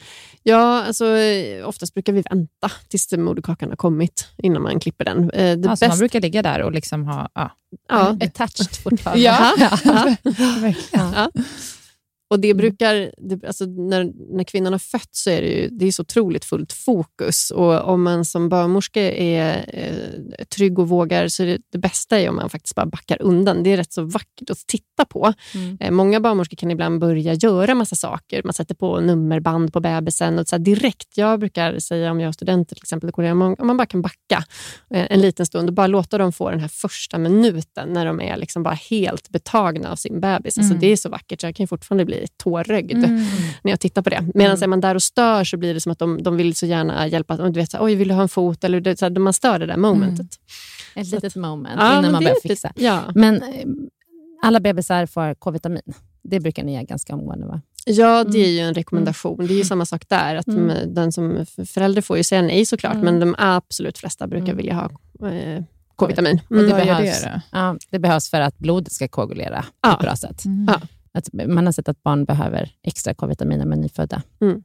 E: Ja, alltså oftast brukar vi vänta tills moderkakan har kommit innan man klipper den. Det
D: alltså
E: bäst...
D: man brukar ligga där och liksom ha ja.
E: Ja.
B: attached fortfarande.
E: ja. ja. ja. ja. Och det brukar, det, alltså när, när kvinnan har fött så är det ju det är så otroligt fullt fokus. Och om man som barnmorska är eh, trygg och vågar, så är det, det bästa är om man faktiskt bara backar undan. Det är rätt så vackert att titta på. Mm. Eh, många barnmorskor kan ibland börja göra massa saker. Man sätter på nummerband på bebisen och så här direkt. Jag brukar säga om jag har studenter till exempel, om man, om man bara kan backa eh, en liten stund och bara låta dem få den här första minuten när de är liksom bara helt betagna av sin bebis. Mm. Alltså det är så vackert, så jag kan fortfarande bli tårögd mm. när jag tittar på det. Medan mm. är man där och stör så blir det som att de, de vill så gärna hjälpa. Du vet, så, oj, vill du ha en fot? Eller det, så här, man stör det där momentet.
B: Mm. Ett så litet att, moment
E: ja,
B: innan man börjar fixa.
E: Ja.
B: Men alla bebisar får K-vitamin. Det brukar ni ge ganska omgående, va?
E: Ja, det är ju en rekommendation. Mm. Det är ju samma sak där. Att mm. de, den som förälder får ju säga nej såklart. Mm. Men de absolut flesta brukar mm. vilja ha eh, K-vitamin.
B: Mm. Och det, behövs, det, ja, det behövs för att blodet ska koagulera ja. på ett bra sätt. Mm. Ja. Att man har sett att barn behöver extra K-vitaminer med nyfödda. Mm.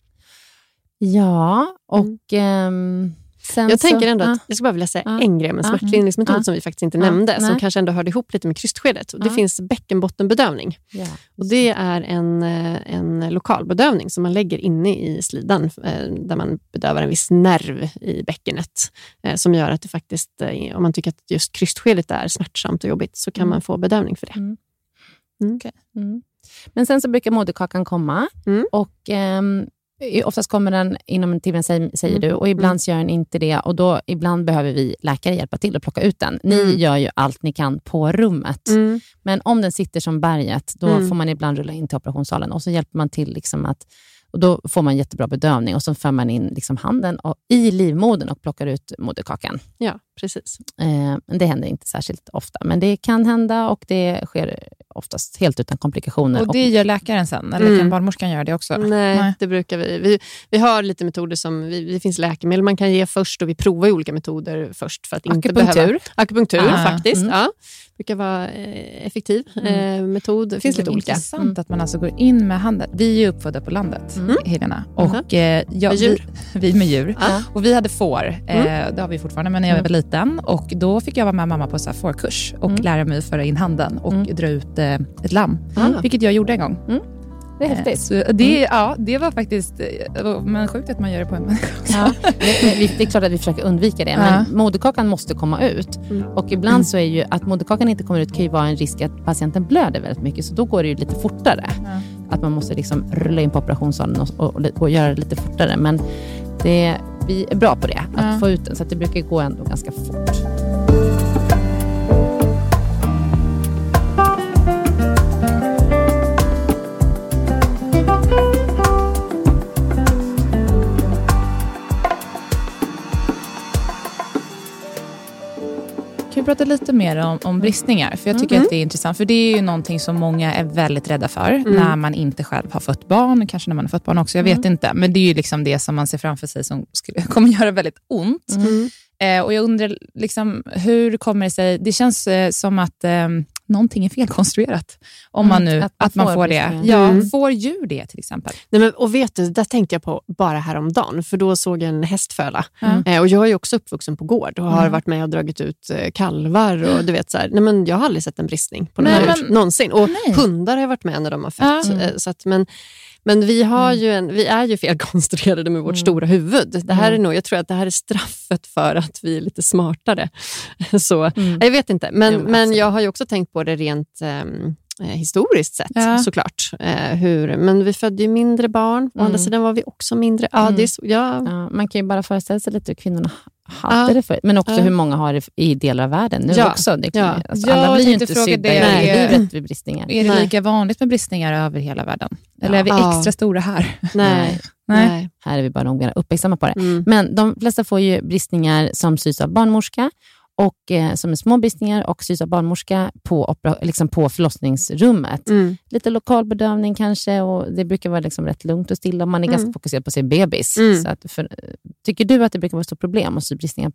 B: Ja, och mm. um, sen
E: jag
B: så,
E: tänker ändå
B: ah,
E: att jag ska bara vilja säga
B: ah,
E: en grej med smärtlindringsmetod ah, som vi faktiskt inte ah, nämnde,
B: nej.
E: som kanske ändå hörde ihop lite med krystskedet. Det ah. finns bäckenbottenbedövning. Yeah. Och det är en, en lokalbedövning som man lägger inne i slidan där man bedövar en viss nerv i bäckenet som gör att det faktiskt, om man tycker att just krystskedet är smärtsamt och jobbigt, så kan mm. man få bedövning för det. Mm.
B: Mm. Okay. Mm. Men sen så brukar moderkakan komma mm. och ehm, oftast kommer den inom en timme, säger mm. du, och ibland mm. gör den inte det, och då ibland behöver vi läkare hjälpa till att plocka ut den. Ni mm. gör ju allt ni kan på rummet, mm. men om den sitter som berget, då mm. får man ibland rulla in till operationssalen och så hjälper man till liksom att, och då får man jättebra bedövning och så för man in liksom handen och, i livmodern och plockar ut moderkakan.
E: Ja, precis.
B: Eh, det händer inte särskilt ofta, men det kan hända och det sker oftast helt utan komplikationer.
D: Och det gör läkaren sen? Eller mm. kan barnmorskan göra det också?
E: Nej, Nej, det brukar vi. vi. Vi har lite metoder som, vi, det finns läkemedel man kan ge först och vi provar olika metoder först för att inte
B: akupunktur.
E: behöva... Akupunktur,
B: ah.
E: faktiskt.
B: Mm.
E: Ja. Brukar vara eh, effektiv mm. eh, metod. Det finns
D: det
E: lite olika.
D: Det är intressant mm. att man alltså går in med handen. Vi är ju uppfödda på landet, mm. Helena. Och
E: uh-huh.
D: eh, jag,
E: med djur.
D: Vi, vi med djur.
E: Uh-huh.
D: Och vi hade får. Eh,
E: mm.
D: det har vi fortfarande, men när jag var liten. Och då fick jag vara med mamma på så här fårkurs och mm. lära mig föra in handen och mm. dra ut eh, ett lamm. Mm. Vilket jag gjorde en gång.
B: Mm. Det är häftigt.
D: Så det, mm. ja, det var faktiskt, men sjukt att man gör det på en människa också.
B: Ja, det, det är klart att vi försöker undvika det, ja. Men moderkakan måste komma ut. Mm. Och ibland mm. så är ju att moderkakan inte kommer ut kan ju vara en risk att patienten blöder väldigt mycket, så då går det ju lite fortare. Ja. Att man måste liksom rulla in på operationssalen och, och, och, och göra det lite fortare. Men det, vi är bra på det, att ja. få ut den, så att det brukar gå ändå ganska fort.
D: Kan vi prata lite mer om, om bristningar? För jag tycker mm. att det är intressant. För det är ju någonting som många är väldigt rädda för. Mm. När man inte själv har fött barn. Kanske när man har fött barn också. Jag vet mm. inte. Men det är ju liksom det som man ser framför sig som skulle, kommer göra väldigt ont. Mm. Eh, och jag undrar liksom, hur kommer det sig? Det känns eh, som att eh, någonting är felkonstruerat. Om man nu, att man, att man får, får det. Ja, mm. får djur det till exempel?
E: Nej, men, och vet du, där tänkte jag på bara häromdagen. För då såg jag en hästföla. Mm. Eh, och jag är ju också uppvuxen på gård. Och har mm. varit med och dragit ut eh, kalvar. Och du vet så här, nej men jag har aldrig sett en bristning på
D: nej,
E: den här
D: men,
E: någonsin. Och
D: nej.
E: hundar har jag varit med när de har fött.
D: Mm.
E: Eh, så att, men... Men vi, har ju en, vi är ju felkonstruerade med vårt mm. stora huvud. Det här är nog, jag tror att det här är straffet för att vi är lite smartare. Så, mm. jag vet inte. Men, ja, men, men jag har ju också tänkt på det rent eh, historiskt sett, ja. såklart. Eh, hur, men vi födde ju mindre barn. Å mm. andra sidan var vi också mindre. Ja, mm. det är så, ja.
B: Ja, man kan ju bara föreställa sig lite hur kvinnorna hade ja. det för. Men också ja. hur många har det i delar av världen nu ja. också. Det,
D: ja.
B: alltså,
D: ja,
B: alla blir ju inte
D: sydda
B: i livet vid bristningar.
D: Är det
B: Nej.
D: lika vanligt med bristningar över hela världen? Eller
B: ja.
D: är vi
E: ja.
D: extra stora här?
B: Nej.
D: Nej.
B: Nej. Här är vi bara nog mer uppmärksamma på det.
E: Mm.
B: Men de flesta får ju bristningar som sys av barnmorska och eh, som är små bristningar och sys av barnmorska på, opera, liksom på förlossningsrummet. Mm. Lite lokal bedövning kanske, och det brukar vara liksom rätt lugnt och stilla. Man är mm. ganska fokuserad på sin bebis.
E: Mm.
B: Så att för, tycker du att det brukar vara ett stort problem att sy bristningar?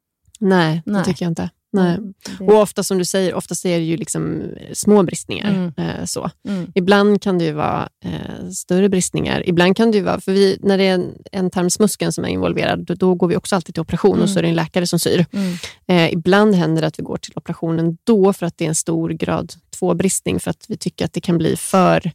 E: Nej, det Nej. tycker jag inte. Nej. Mm, och ofta som du säger, oftast är det ju liksom små bristningar. Mm. Eh, så. Mm. Ibland kan det ju vara eh, större bristningar. Ibland kan det ju vara, för vi, när det är en, en tarmsmuskeln som är involverad, då, då går vi också alltid till operation mm. och så är det en läkare som syr. Mm. Eh, ibland händer det att vi går till operationen då för att det är en stor grad två bristning, för att vi tycker att det kan bli för...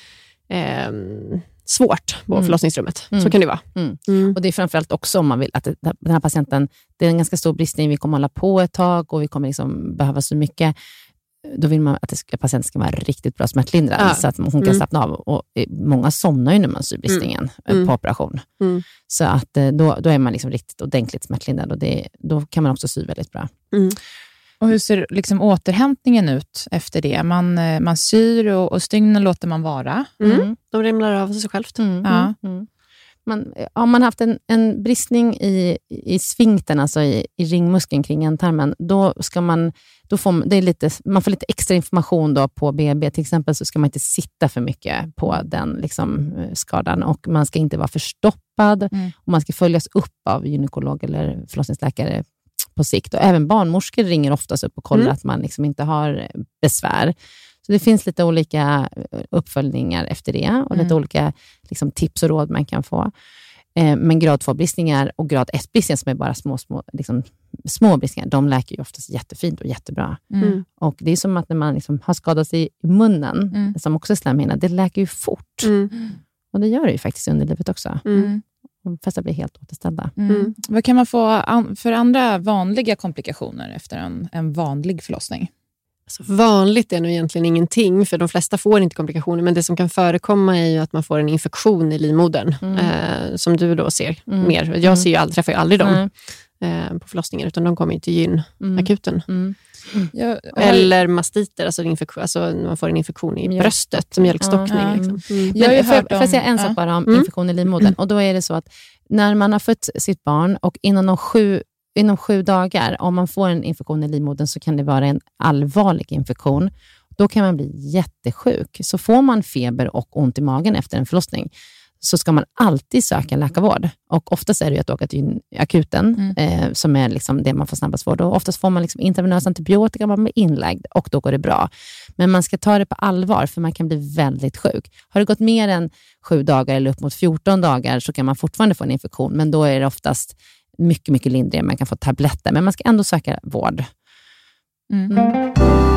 E: Eh, svårt på mm. förlossningsrummet. Mm. Så kan det vara.
B: Mm. Mm. Och det är framförallt också om man vill att det, den här patienten, det är en ganska stor bristning, vi kommer hålla på ett tag och vi kommer liksom behöva så mycket. Då vill man att det ska, patienten ska vara riktigt bra smärtlindrad ja. så att hon kan mm. slappna av. Och många somnar ju när man syr bristningen mm. på operation. Mm. Så att då, då är man liksom riktigt ordentligt smärtlindrad och det, då kan man också sy väldigt bra.
E: Mm.
D: Och hur ser liksom återhämtningen ut efter det? Man, man syr och, och stygnen låter man vara.
E: Mm. Mm. De rimlar av sig självt.
B: Mm. Ja. Mm. Man, har man haft en, en bristning i, i sfinkten, alltså i, i ringmuskeln kring ändtarmen, då ska man, då får man, det är lite, man får lite extra information då på B B. Till exempel så ska man inte sitta för mycket på den liksom, skadan, och man ska inte vara förstoppad. Mm. Och man ska följas upp av gynekolog eller förlossningsläkare på sikt. Och även barnmorskor ringer oftast upp och kollar mm. att man liksom inte har besvär. Så det finns lite olika uppföljningar efter det och mm. lite olika liksom, tips och råd man kan få. Eh, men grad två bristningar och grad ett bristningar som är bara små, små, liksom, små bristningar, de läker ju oftast jättefint och jättebra. Mm. Och det är som att när man liksom, har skadat sig i munnen, mm. som också är slemhinna, det läker ju fort. Mm. Och det gör det ju faktiskt under livet också. Mm. Fast det blir helt återställda.
D: Mm. Mm. Vad kan man få an- för andra vanliga komplikationer efter en, en vanlig förlossning?
E: Alltså, vanligt är nog egentligen ingenting, för de flesta får inte komplikationer, men det som kan förekomma är ju att man får en infektion i livmodern, mm. eh, som du då ser mm. mer. Jag ser ju aldrig, träffar ju aldrig dem eh, på förlossningen, utan de kommer ju till gynakuten. Mm. Mm. Mm. Jag, Eller mastiter, alltså, infektion, alltså man får en infektion i Mjölk. bröstet, mjölkstockning. Ja, liksom.
B: mm. Men jag får, får jag säga en sak bara om mm. infektion i livmodern? Och då är det så att när man har fött sitt barn och inom de sju Inom sju dagar, om man får en infektion i livmodern, så kan det vara en allvarlig infektion. Då kan man bli jättesjuk. Så får man feber och ont i magen efter en förlossning, så ska man alltid söka läkarvård. Och oftast är det ju att åka till akuten, mm. eh, som är liksom det man får snabbast vård. Och oftast får man liksom intravenös antibiotika, man blir inlagd och då går det bra. Men man ska ta det på allvar, för man kan bli väldigt sjuk. Har det gått mer än sju dagar eller upp mot fjorton dagar, så kan man fortfarande få en infektion. Men då är det oftast mycket, mycket lindrigare. Man kan få tabletter, men man ska ändå söka vård. Mm. Mm.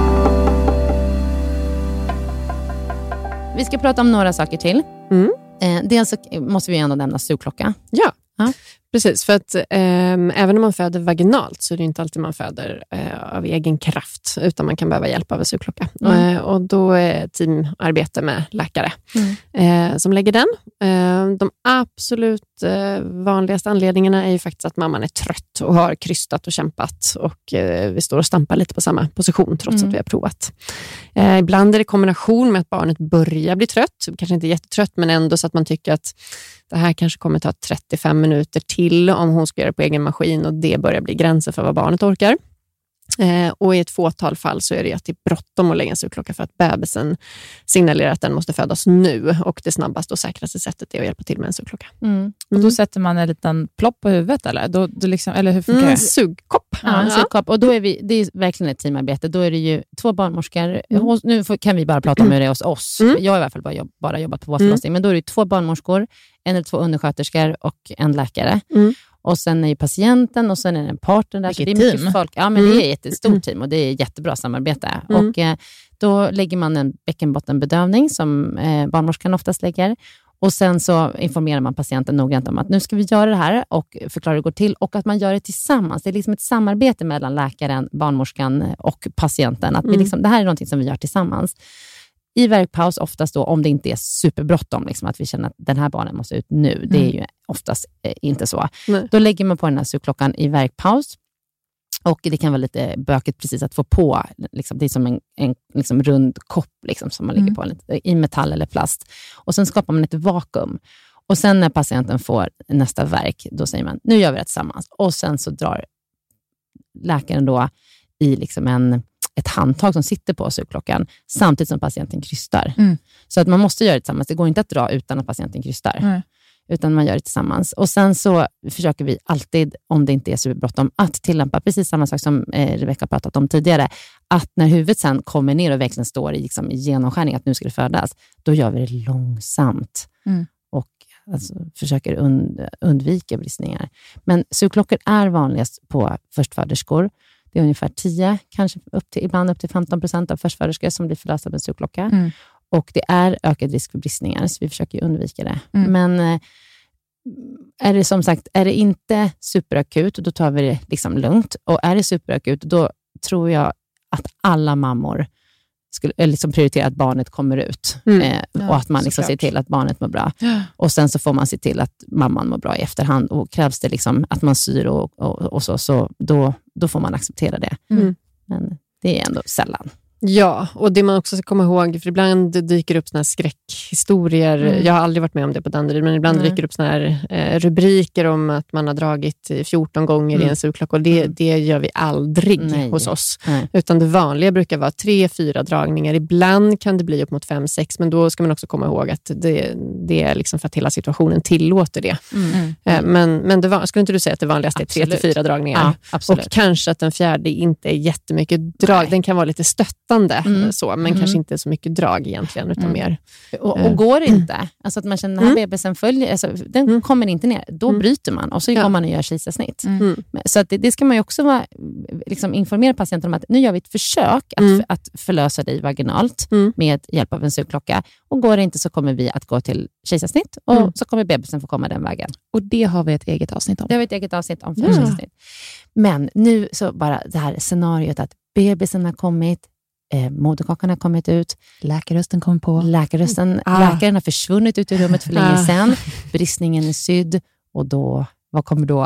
B: Vi ska prata om några saker till. Mm. Eh, dels så måste vi ändå nämna sugklocka.
E: Ja, ja. Precis. För att eh, även om man föder vaginalt, så är det inte alltid man föder eh, av egen kraft, utan man kan behöva hjälp av en sugklocka. Mm. Eh, och då är teamarbete med läkare mm. eh, som lägger den. Eh, de absolut eh, vanligaste anledningarna är ju faktiskt att mamman är trött och har krystat och kämpat, och eh, vi står och stampar lite på samma position trots mm. att vi har provat. Eh, ibland är det kombination med att barnet börjar bli trött, kanske inte jättetrött, men ändå så att man tycker att det här kanske kommer ta trettiofem minuter till om hon ska göra det på egen maskin, och det börjar bli gränser för vad barnet orkar. Eh, och i ett fåtal fall så är det att det är bråttom att lägga en sugklocka, för att bebisen signalerar att den måste födas nu, och det snabbaste och säkraste sättet är att hjälpa till med en sugklocka.
A: Mm. Och då mm. sätter man en liten plopp på huvudet, eller? Då, då liksom, eller hur funkar
E: mm,
A: det?
E: Sugkopp.
B: Ja, en sugkopp. Och då är vi, det är verkligen ett teamarbete. Då är det ju två barnmorskor. Mm. Nu kan vi bara prata om hur det är hos oss. Mm. Jag har i alla fall bara, jobb, bara jobbat på vår förlossning. Mm. Men då är det två barnmorskor, en eller två undersköterskor och en läkare. Mm. Och sen är ju patienten, och sen är det en partner där. Så det är mycket team. Folk. Ja, men mm. det är ett jättestort team, och det är jättebra samarbete. Mm. Och eh, då lägger man en bäckenbottenbedövning som eh, barnmorskan oftast lägger. Och sen så informerar man patienten noggrant om att nu ska vi göra det här, och förklarar hur det går till, och att man gör det tillsammans. Det är liksom ett samarbete mellan läkaren, barnmorskan och patienten. Att mm. vi liksom, det här är någonting som vi gör tillsammans. I verkpaus oftast då, om det inte är superbråttom, liksom, att vi känner att den här barnen måste ut nu. Mm. Det är ju oftast eh, inte så. Nej. Då lägger man på den här sugklockan i verkpaus. Och det kan vara lite bökigt precis att få på. Liksom, det är som en, en liksom rund kopp liksom, som man lägger på lite, i metall eller plast. Och sen skapar man ett vakuum. Och sen när patienten får nästa verk, då säger man, nu gör vi det tillsammans. Och sen så drar läkaren då i liksom en... ett handtag som sitter på sugklockan samtidigt som patienten krystar. Mm. Så att man måste göra det tillsammans. Det går inte att dra utan att patienten krystar. Mm. Utan man gör det tillsammans. Och sen så försöker vi alltid, om det inte är så bråttom, att tillämpa precis samma sak som eh, Rebecca pratat om tidigare. Att när huvudet sen kommer ner och verkligen står i liksom, genomskärning att nu ska det födas, då gör vi det långsamt. Mm. Och alltså, försöker und- undvika bristningar. Men sugklockor är vanligast på förstföderskor. Det är ungefär tio, kanske upp till, ibland upp till femton procent av förstföderskor som blir förlösta med en sugklocka. Mm. Och det är ökad risk för bristningar, så vi försöker undvika det. Mm. Men eh, är det som sagt, är det inte superakut, då tar vi det liksom lugnt. Och är det superakut, då tror jag att alla mammor skulle liksom prioritera att barnet kommer ut. Mm. Eh, ja, och att man liksom ser till att barnet mår bra. Ja. Och sen så får man se till att mamman mår bra i efterhand. Och krävs det liksom att man syr och, och, och så, så då, då får man acceptera det. Mm. Men det är ändå sällan.
E: Ja, och det man också ska komma ihåg, för ibland dyker upp såna här skräckhistorier. Mm. Jag har aldrig varit med om det på Danderyd, men ibland mm. dyker upp såna här eh, rubriker om att man har dragit fjorton gånger mm. i en sugklocka, och det, det gör vi aldrig Nej. hos oss. Nej. Utan det vanliga brukar vara tre, fyra dragningar. Ibland kan det bli upp mot fem, sex, men då ska man också komma ihåg att det, det är liksom för att hela situationen tillåter det. Mm. Eh, men men det var, skulle inte du säga att det vanligaste absolut. är tre till fyra dragningar? Ja, absolut. Och kanske att den fjärde inte är jättemycket drag. Nej. Den kan vara lite stött. Mm. Så, men mm. kanske inte så mycket drag egentligen, utan mm. mer.
B: Och, och går det inte, alltså att man känner att den här mm. bebisen följer, alltså, den mm. kommer inte ner, då mm. bryter man och så ja. går man och gör kejsarsnitt. Mm. Så att det, det ska man ju också vara, liksom, informera patienten om att nu gör vi ett försök att, mm. att förlösa dig vaginalt mm. med hjälp av en sugklocka, och går det inte så kommer vi att gå till kejsarsnitt, och mm. så kommer bebisen få komma den vägen.
A: Och det har vi ett eget avsnitt om.
B: Det har vi ett eget avsnitt om för ja. kejsarsnitt. Men nu så bara det här scenariot att bebisen har kommit, Eh, moderkakan har kommit ut.
D: Läkarrösten kom på.
B: Läkarrösten,
D: Ah.
B: Läkaren har försvunnit ut ur rummet för länge sedan. Bristningen är sydd. Och då, vad kommer då?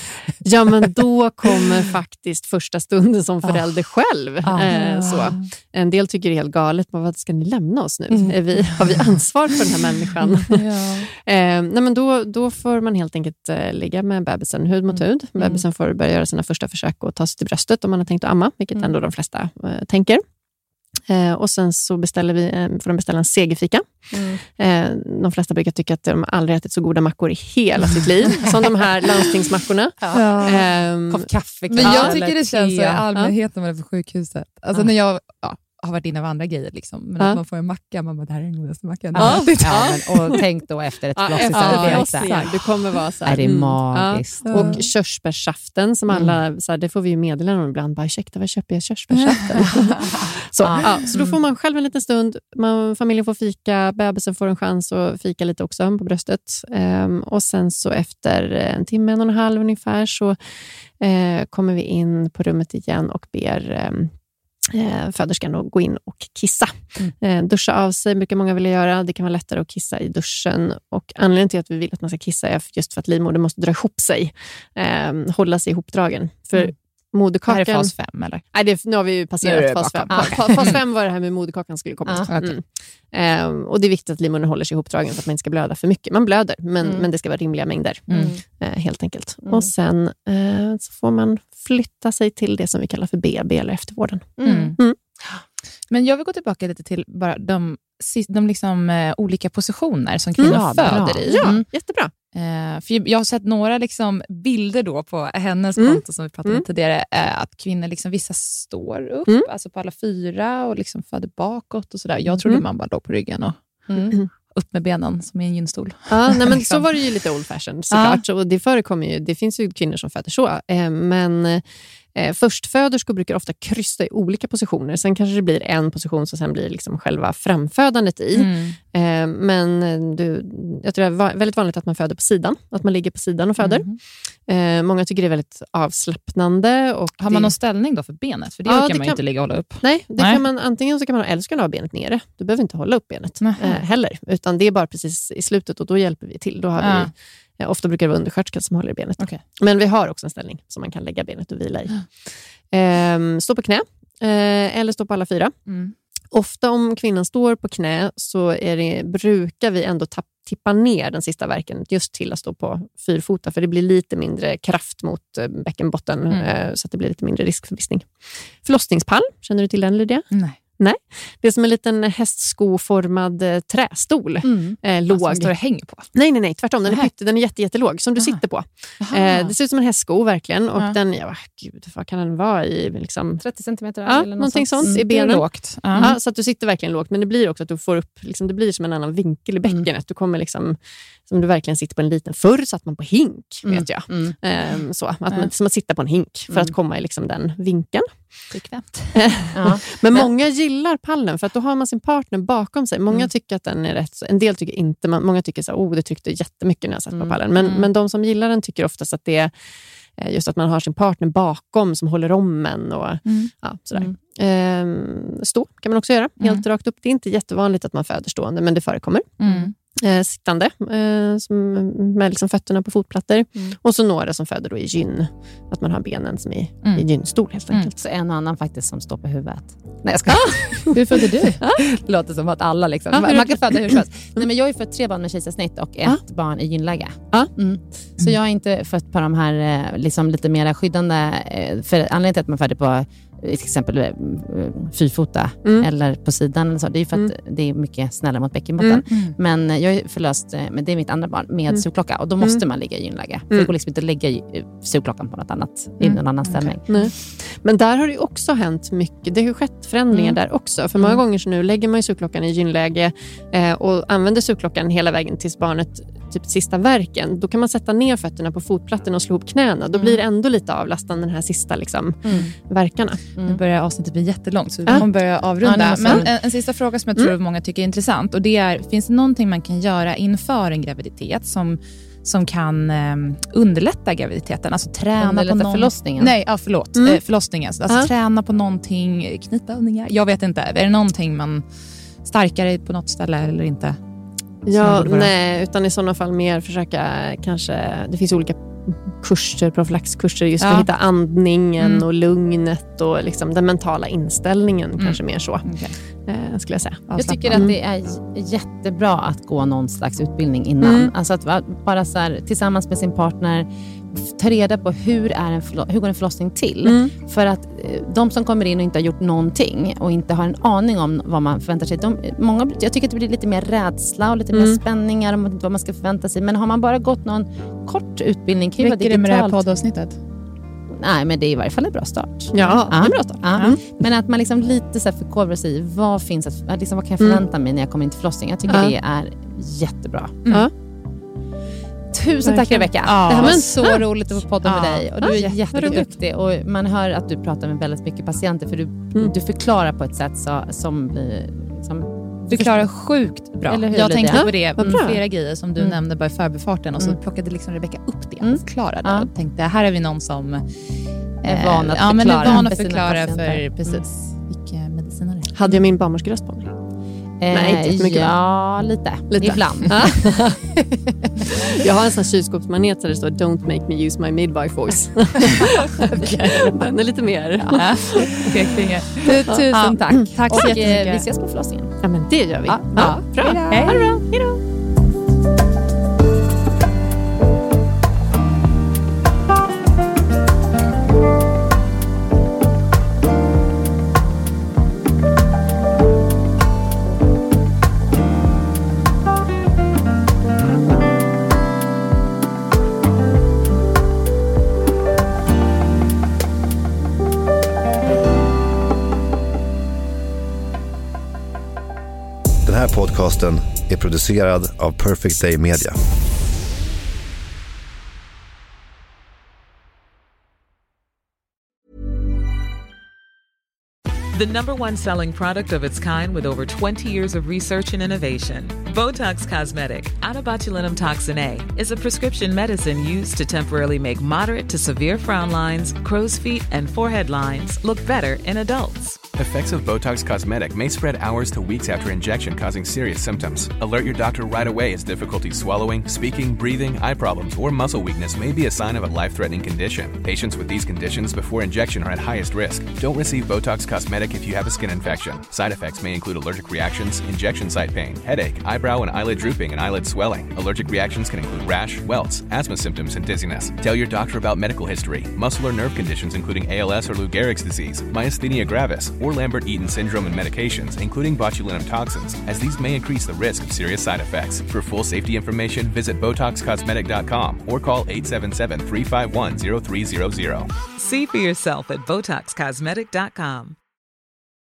E: Ja, men då kommer faktiskt första stunden som förälder själv.
B: Ah.
E: Eh, så. En del tycker det är helt galet. Men vad ska ni lämna oss nu? Mm. Är vi, har vi ansvar för den här människan?
D: Ja.
E: eh, nej, men då, då får man helt enkelt eh, ligga med bebisen hud mot hud. Mm. Bebisen får börja göra sina första försök att ta sig till bröstet om man har tänkt att amma. Vilket mm. ändå de flesta eh, tänker. Eh, och sen så beställer vi, eh, får de beställa en segerfika. Mm. Eh, de flesta brukar tycka att de aldrig ätit så goda mackor i hela sitt liv som de här landstingsmackorna.
D: Ja.
E: Eh,
B: Kopp kaffe.
D: Men jag tycker det känns så i allmänhet när man är på sjukhuset. Alltså ja. när jag ja, har varit inne av andra grejer liksom. Men ja. att man får en macka, man bara, det här är den godaste mackan.
B: Ja. Ja, men, och tänk då efter ett förlossningsarbete.
E: Ja, du kommer vara så här.
B: Är det magiskt.
E: Ja. Och körsbärssaften som alla, mm. så här, det får vi ju meddela om ibland. Bara, ursäkta, vad köper jag körsbärssaften? så, ja. Ja, så då får man själv en liten stund. Man, familjen får fika, bebisen får en chans att fika lite också på bröstet. Um, och sen så efter en timme, en och en halv ungefär så uh, kommer vi in på rummet igen och ber um, Eh, föderskan att gå in och kissa. Mm. Eh, duscha av sig brukar många vilja göra. Det kan vara lättare att kissa i duschen. Och anledningen till att vi vill att man ska kissa är just för att livmodern måste dra ihop sig. Eh, hålla sig ihopdragen. För mm. moderkakan...
D: Det här är fas fem, eller?
E: Nej, det, nu har vi ju passerat fas fem. Ah, okay. Fas fem var det här med moderkakan skulle komma.
B: Ah,
E: okay. mm. eh, och det är viktigt att livmodern håller sig ihopdragen för att man inte ska blöda för mycket. Man blöder, men, mm. men det ska vara rimliga mängder. Mm. Eh, helt enkelt. Mm. Och sen eh, så får man flytta sig till det som vi kallar för B B eller eftervården.
D: Mm. Mm. Men jag vill gå tillbaka lite till bara de, de liksom, eh, olika positioner som kvinnor mm. föder
E: bra.
D: i.
E: Ja,
D: mm.
E: jättebra.
D: Eh, för jag har sett några liksom, bilder då på hennes
E: mm.
D: konto som vi pratade om mm. tidigare. Eh, att kvinnor, liksom, vissa står upp, mm. alltså på alla fyra och liksom föder bakåt och sådär. Jag trodde mm. man bara låg på ryggen och mm. upp med benen som i en gynstol.
E: Ja, nej, men så var det ju lite old fashioned såklart. Ja. Och det förekommer ju, det finns ju kvinnor som föder så. Eh, men eh, förstföderskor brukar ofta kryssa i olika positioner. Sen kanske det blir en position som sen blir liksom själva framfödandet i. Mm. Eh, men du, jag tror det är väldigt vanligt att man föder på sidan. Att man ligger på sidan och föder. Mm. Eh, många tycker det är väldigt avslappnande. Och
D: har man
E: det...
D: någon ställning då för benet? För det ja, kan det man kan... ju inte ligga och hålla upp.
E: Nej, det Nej. Kan man, antingen så kan man eller så kan man ha benet nere. Du behöver inte hålla upp benet eh, heller. Utan det är bara precis i slutet och då hjälper vi till. Då har ja. vi, ja, ofta brukar det vara undersköterskan som håller i benet.
D: Okay.
E: Men vi har också en ställning som man kan lägga benet och vila i. Eh, stå på knä eh, eller stå på alla fyra. Mm. Ofta om kvinnan står på knä så är det, brukar vi ändå tapp, tippa ner den sista verken just till att stå på fyrfota. För det blir lite mindre kraft mot bäckenbotten mm. eh, så att det blir lite mindre risk för bristning. Förlossningspall, känner du till den, Lydia?
D: Nej.
E: Nej, det är som en liten hästskoformad eh, trästol. Mm. Eh, låg.
D: Alltså, står och hänger på?
E: Nej, nej, nej. Tvärtom. Den är, pytte, den är jätte, jättelåg som du Aha. sitter på. Eh, det ser ut som en hästsko, verkligen. Och ja. den, ja, gud, vad kan den vara i? Liksom...
D: trettio centimeter?
E: Ja, eller någonting sånt mm. i benen.
D: Lågt.
E: Mm. Ja, så att du sitter verkligen lågt. Men det blir också att du får upp, liksom, det blir som en annan vinkel i bäckenet. Mm. Du kommer liksom, som du verkligen sitter på en liten, förr satt man på hink, mm. vet jag. Mm. Eh, så, att man, mm. som att sitta på en hink för mm. att komma i liksom, den vinkeln.
D: ja.
E: Men många gillar pallen för att då har man sin partner bakom sig. Många mm. tycker att den är rätt, en del tycker inte, många tycker så oh det tryckte jättemycket när jag satt mm. på pallen. Men, mm. men de som gillar den tycker oftast att det är just att man har sin partner bakom som håller om en och mm. ja, sådär. Mm. Ehm, stå kan man också göra, helt mm. rakt upp. Det är inte jättevanligt att man föder stående, men det förekommer. Mm. Eh, sittande eh, som, med liksom fötterna på fotplattor mm. och så några som föder då i gyn, att man har benen som i, mm. i gynstol helt enkelt. Mm.
B: Så en och annan faktiskt som står på huvudet. Nej, jag ska.
D: Hur födde du?
B: Det låter som att alla liksom. Ah, man kan föda hur som helst. Nej, men jag har ju fött tre barn med kejsarsnitt och ett ah. barn i gynläge. Ah. Mm. Så jag har inte fött på de här liksom lite mer skyddande, för anledningen till att man föder på till exempel fyrfota mm. eller på sidan eller så. Det är ju för att mm. det är mycket snällare mot bäckenbotten. Mm. Men jag är förlöst, men det är mitt andra barn med mm. sugklocka och då måste mm. man ligga i gynläge. För mm. det går liksom inte att lägga sugklockan på något annat mm. i någon annan ställning.
E: Okay. Nej. Men där har det också hänt mycket. Det har ju skett förändringar mm. där också. För många mm. gånger så nu lägger man ju sugklockan i gynläge eh, och använder sugklockan hela vägen tills barnet typ sista verken, då kan man sätta ner fötterna på fotplattan och slå ihop knäna. Då blir det ändå lite avlastande den här sista liksom, mm. verkarna.
D: Mm. Nu börjar avsnittet bli jättelångt, så vi kommer börja avrunda. Ja, men en, en sista fråga som jag tror mm. många tycker är intressant, och det är, finns det någonting man kan göra inför en graviditet som som kan um, underlätta graviditeten, alltså träna underlätta på någon...
B: förlossningen.
D: Nej, ja, förlåt, mm. eh, förlossningen. Alltså uh-huh. träna på någonting, knipövningar. Jag vet inte, är det någonting man starkare på något ställe eller inte?
E: Ja, nej, utan i sådana fall mer försöka kanske, det finns olika kurser, profylaxkurser just för ja. att hitta andningen mm. och lugnet och liksom den mentala inställningen mm. kanske mer så. Okay. Eh, skulle jag säga.
B: Jag tycker att det är jättebra att gå någon slags utbildning innan. Mm. Alltså att bara så här, tillsammans med sin partner ta reda på hur, är en förlo- hur går en förlossning till. Mm. För att de som kommer in och inte har gjort någonting och inte har en aning om vad man förväntar sig. De, många, jag tycker att det blir lite mer rädsla och lite mm. mer spänningar om vad man ska förvänta sig. Men har man bara gått någon kort utbildning kring vad digitalt...
D: Räcker det med det här poddavsnittet?
B: Nej, men det är i varje fall en bra start.
E: Ja, ja. det är en bra start.
B: Ja. Mm. Men att man liksom lite så här förkovrar sig i vad finns att, liksom, vad kan jag förvänta mig när jag kommer in till förlossning. Jag tycker ja. det är jättebra.
E: Mm. Ja.
B: Tusen tack Rebecka.
D: Ja,
B: det här var
D: så ja. roligt att få podda
B: ja.
D: med dig.
B: Och du är jätteduktig. Och man hör att du pratar med väldigt mycket patienter. För du, mm. du förklarar på ett sätt så, som blir... Som,
D: du förklarar sjukt bra.
B: Eller hur,
D: jag tänkte
B: ja,
D: på det. Flera grejer som du mm. nämnde bara i förbifarten. Och så mm. plockade liksom Rebecka upp det och mm. förklarade. Ja. Och tänkte, här är vi någon som...
B: är van att
D: ja,
B: förklara,
D: men är van att
B: för
D: förklara för precis mm. vilka mediciner det är.
E: Hade jag min barnmorskeröst på mig?
B: Eh, Nej, inte mycket. Ja, lite. lite. Ibland.
E: Jag har en sån kylskåpsmanet där det står Don't make me use my midwife voice. Den är lite mer.
B: Ja. Tusen ja. tack. Tack så jättemycket. Vi ses på förlossningen.
E: Ja, men det gör vi.
B: Ja, ja.
E: Bra.
B: Hej då. Hej då.
G: Den här podcasten är producerad av Perfect Day Media.
H: The number one selling product of its kind with over twenty years of research and innovation. Botox Cosmetic, out of botulinum toxin A, is a prescription medicine used to temporarily make moderate to severe frown lines, crow's feet, and forehead lines look better in adults.
I: Effects of Botox Cosmetic may spread hours to weeks after injection, causing serious symptoms. Alert your doctor right away as difficulty swallowing, speaking, breathing, eye problems, or muscle weakness may be a sign of a life-threatening condition. Patients with these conditions before injection are at highest risk. Don't receive Botox Cosmetic if you have a skin infection. Side effects may include allergic reactions, injection site pain, headache, eyebrow and eyelid drooping, and eyelid swelling. Allergic reactions can include rash, welts, asthma symptoms, and dizziness. Tell your doctor about medical history, muscle or nerve conditions including A L S or Lou Gehrig's disease, myasthenia gravis, or Lambert-Eaton syndrome, and medications, including botulinum toxins, as these may increase the risk of serious side effects. For full safety information, visit Botox Cosmetic dot com or call eight seven seven, three five one, zero three zero zero.
H: See for yourself at Botox Cosmetic dot com.